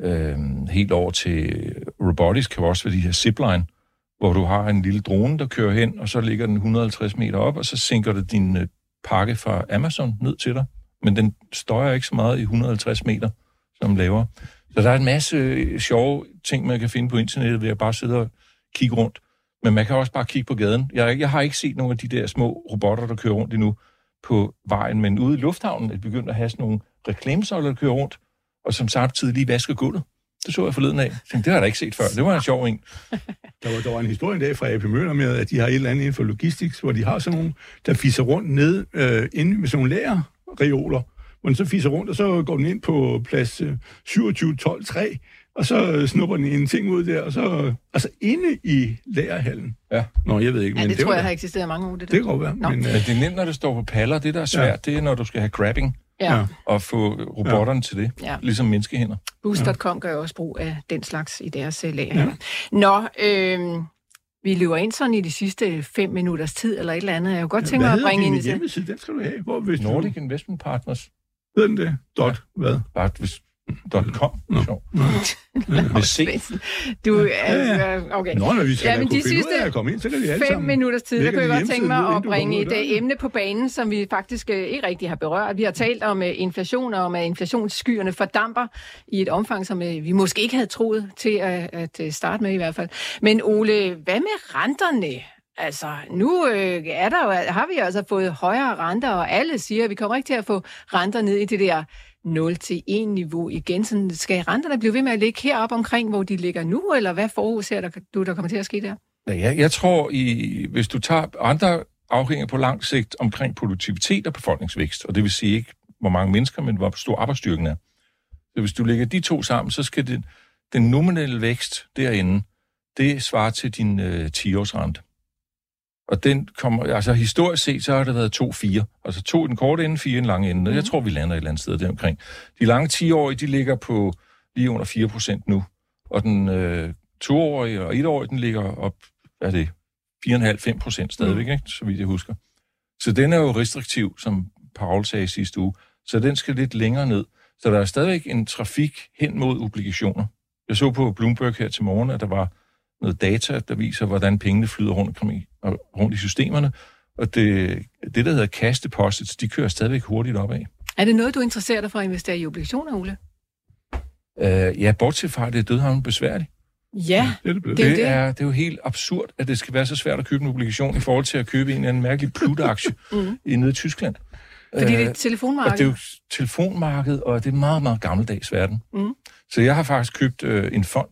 helt over til robotics, kan jo også være de her zipline, hvor du har en lille drone, der kører hen, og så ligger den 150 meter op, og så sænker det din pakke fra Amazon ned til dig. Men den støjer ikke så meget i 150 meter, som laver. Så der er en masse sjove ting, man kan finde på internettet ved at bare sidde og kigge rundt. Men man kan også bare kigge på gaden. Jeg har ikke set nogle af de der små robotter, der kører rundt endnu på vejen, men ude i lufthavnen er det begyndt at have sådan nogle reklamesøjler, der kører rundt, og som samtidig lige vasker gulvet. Det så jeg forleden af. Det har jeg da ikke set før. Det var en sjov en. Der var en historie en dag fra AP Møller med, at de har et eller andet inden for logistics, hvor de har sådan nogle, der fisser rundt ned inde med sådan nogle lagerreoler, hvor den så fisser rundt, og så går den ind på plads 27-12-3, og så snupper den en ting ud der, og så altså inde i lagerhallen. Ja. Nå, jeg ved ikke. Ja, men det tror jeg har eksisteret i mange år. Det kan godt være. Men det er nemt, når det står på paller. Det, der er svært, det er, når du skal have grabbing. Ja. Og få robotterne til det, ligesom menneskehænder. Boost.com gør også brug af den slags i deres lager. Ja. Nå, vi løber ind sådan i de sidste 5 minutters tid, eller et eller andet. Jeg kunne godt tænke mig at bringe ind i det. Hvad hedder din hjemmeside? Den skal du have. Hvor, hvis Nordic Investment Partners. Hedder den det? Hvad? .com. Med C. Du okay. Nå, når vi skal men de sidste ind, så kan vi alle 5 sammen. minutters tid, der kunne jeg godt tænke mig at bringe et emne på banen, som vi faktisk ikke rigtig har berørt. Vi har talt om inflation, og om at inflationsskyerne fordamper i et omfang, som vi måske ikke havde troet til at starte med i hvert fald. Men Ole, hvad med renterne? Altså, nu har vi altså fået højere renter, og alle siger, at vi kommer ikke til at få renter ned i det der 0-1-niveau igen. Så skal renterne blive ved med at ligge heroppe omkring, hvor de ligger nu, eller hvad forudser du, der kommer til at ske der? Ja, jeg tror, hvis du tager andre afhænger på lang sigt omkring produktivitet og befolkningsvækst, og det vil sige ikke, hvor mange mennesker, men hvor stor arbejdsstyrken er. Så hvis du lægger de to sammen, så skal den nominelle vækst derinde, det svarer til din 10-årsrente. Og den kommer, altså historisk set, så har det været 2-4. Altså 2 i den korte ende, 4 i den lange ende. Jeg tror, vi lander et eller andet sted deromkring. De lange 10-årige, de ligger på lige under 4% nu. Og den 2-årige og 1-årige, den ligger op, 4,5-5% stadigvæk, ikke? Så vidt jeg husker. Så den er jo restriktiv, som Paul sagde sidste uge. Så den skal lidt længere ned. Så der er stadigvæk en trafik hen mod obligationer. Jeg så på Bloomberg her til morgen, at der var noget data, der viser, hvordan pengene flyder rundt i systemerne. Og det, der hedder cash deposits, de kører stadigvæk hurtigt opad. Er det noget, du interesserer dig for at investere i obligationer, Ole? Ja, bortset fra, det er dødhavnen besværligt. Ja, det er jo helt absurd, at det skal være så svært at købe en obligation i forhold til at købe en eller anden mærkelig Pluto-aktie nede i Tyskland. Fordi det er et telefonmarked. Og det er jo telefonmarked, og det er meget, meget gammeldags verden. Så jeg har faktisk købt en fond,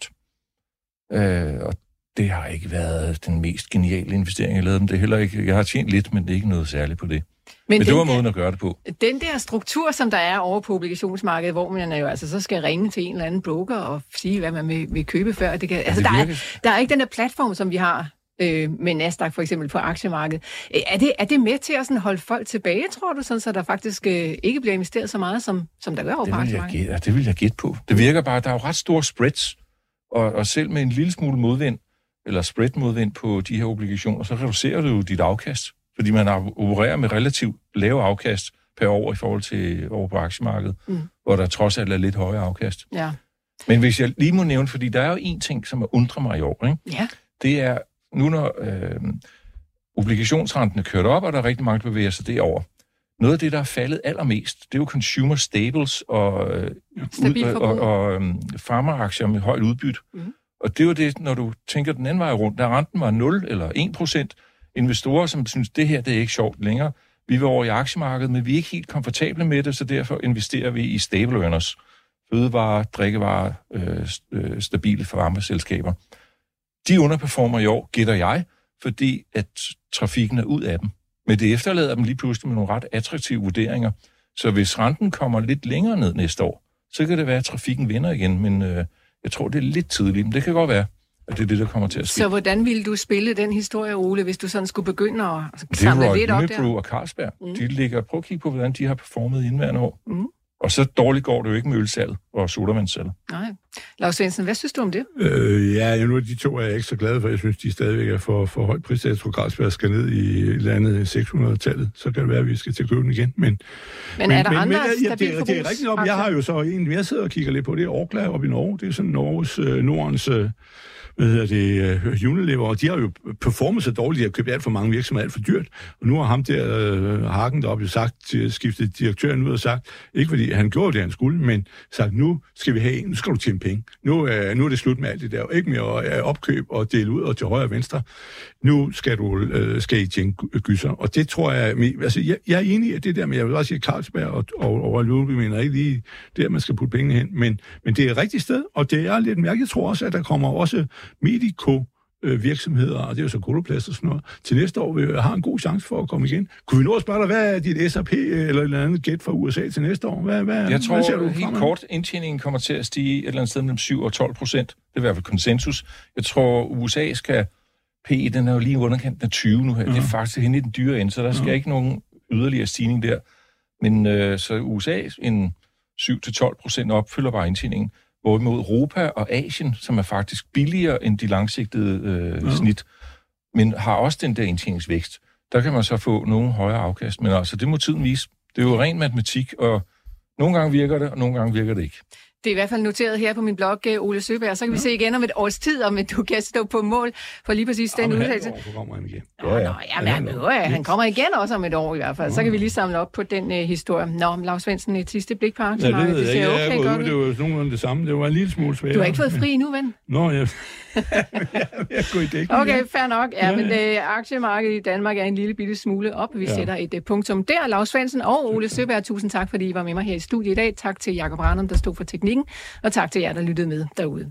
og det har ikke været den mest geniale investering, jeg lavede. Det er heller ikke, jeg har tjent lidt, men det er ikke noget særligt på det. Men det var måden at gøre det på. Den der struktur, som der er over på obligationsmarkedet, hvor man jo altså så skal ringe til en eller anden broker og sige, hvad man vil købe før. Det kan, altså, der er ikke den der platform, som vi har med Nasdaq for eksempel på aktiemarkedet. Er det med til at sådan holde folk tilbage, tror du, sådan, så der faktisk ikke bliver investeret så meget, som der gør over på aktiemarkedet? Det vil jeg gætte på. Det virker bare, der er jo ret store spreads, og selv med en lille smule modvind, eller spread-modvind på de her obligationer, så reducerer du jo dit afkast, fordi man opererer med relativt lave afkast per år i forhold til over på aktiemarkedet, hvor der trods alt er lidt højere afkast. Ja. Men hvis jeg lige må nævne, fordi der er jo en ting, som undrer mig i år, ikke? Ja. Det er, nu når obligationsrenten er kørt op, og der er rigtig mange, der bevæger sig derover. Noget af det, der er faldet allermest, det er jo consumer staples og farmeraktier med højt udbytte. Og det er jo det, når du tænker den anden vej rundt, der renten var 0 eller 1%, investorer, som synes, det her det er ikke sjovt længere. Vi vil over i aktiemarkedet, men vi er ikke helt komfortable med det, så derfor investerer vi i stable earners. Fødevarer, drikkevarer, stabile farmeselskaber. De underperformer i år, gætter jeg, fordi at trafikken er ud af dem. Men det efterlader dem lige pludselig med nogle ret attraktive vurderinger. Så hvis renten kommer lidt længere ned næste år, så kan det være, at trafikken vinder igen, men jeg tror, det er lidt tidligt, men det kan godt være, at det er det, der kommer til at ske. Så hvordan ville du spille den historie, Ole, hvis du sådan skulle begynde at samle lidt op der? Det er Royal og Carlsberg. De ligger, prøv at kigge på, hvordan de har performet i indværende år. Og så dårligt går det jo ikke med ølsalget og sodavandssalget. Nej. Lars Svendsen, hvad synes du om det? Nu er de to er jeg ikke så glad for. Jeg synes, de stadigvæk er for højt pris. Jeg tror, Carlsberg skal ned i landet 600-tallet. Så kan det være, at vi skal til køben igen. Men er der andre stabile forbrugs? Det er rigtigt op. Jeg har jo så en, jeg sidder og kigger lidt på, det er Orkla oppe i Norge. Det er sådan Nordens Unilever, og de har jo performet så dårligt, de har købt alt for mange virksomheder, alt for dyrt. Og nu har ham der, Hagen deroppe, jo skiftet direktøren ud og sagt, ikke fordi han gjorde det, han skulle, men sagt, nu skal du tjene penge. Nu er det slut med alt det der. Ikke mere opkøb og dele ud og til højre og venstre. Nu skal I tjene gyser. Og det tror jeg, altså jeg er enig i det der, men jeg vil også sige, Carlsberg og Løbe mener ikke lige der, man skal putte pengene hen. Men det er et rigtigt sted, og det er lidt mærkeligt. Jeg tror også, at der kommer også medico-virksomheder, og det er jo så Coloplast og sådan noget, til næste år vil have en god chance for at komme igen. Kunne vi nå at spørge dig, hvad er dit SAP eller et eller andet gæt fra USA til næste år? Jeg tror helt kort, indtjeningen kommer til at stige et eller andet sted mellem 7 og 12%. Det er i hvert fald konsensus. Jeg tror, USA skal PE, den er jo lige underkanten af 20 nu her. Det er faktisk hen i den dyre ende, så der skal ikke nogen yderligere stigning der. Men så USA en 7-12% opfylder bare indtjeningen. Hvorimod Europa og Asien, som er faktisk billigere end de langsigtede snit, men har også den der indtjeningsvækst. Der kan man så få nogle højere afkast, men altså, det må tiden vise. Det er jo ren matematik, og nogle gange virker det, og nogle gange virker det ikke. Det er i hvert fald noteret her på min blog, Ole Søberg. Så kan vi se igen om et års tid, om du kan stå på mål for lige præcis den udtalelse. Så kommer han igen. Han kommer igen også om et år i hvert fald. Så kan vi lige samle op på den historie. Nå, Lars Svendsen, et sidste blik på aktiemarkedet. Det ser okay godt ud. Det var jo nogenlunde det samme. Det var en lille smule sværere. Du har ikke fået fri nu, ven? Nå, jeg går i dækning. Okay, fair nok. Ja, men aktiemarkedet i Danmark er en lille bitte smule op. Vi sætter et punktum der. Lars Svendsen og Ole Søberg, tusind tak, fordi I var med mig her i studiet i dag. Tak til Jakob Ranum, der stod for teknikken. Og tak til jer, der lyttede med derude.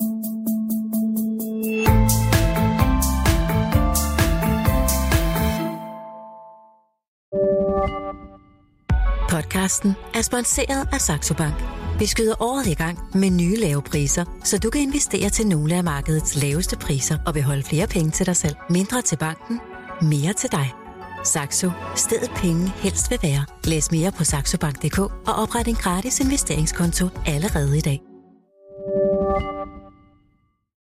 Podcasten er sponsoreret af Saxo Bank. Vi skyder året i gang med nye lave priser, så du kan investere til nogle af markedets laveste priser og beholde flere penge til dig selv. Mindre til banken, mere til dig. Saxo. Stedet penge helst vil være. Læs mere på saxobank.dk og opret en gratis investeringskonto allerede i dag.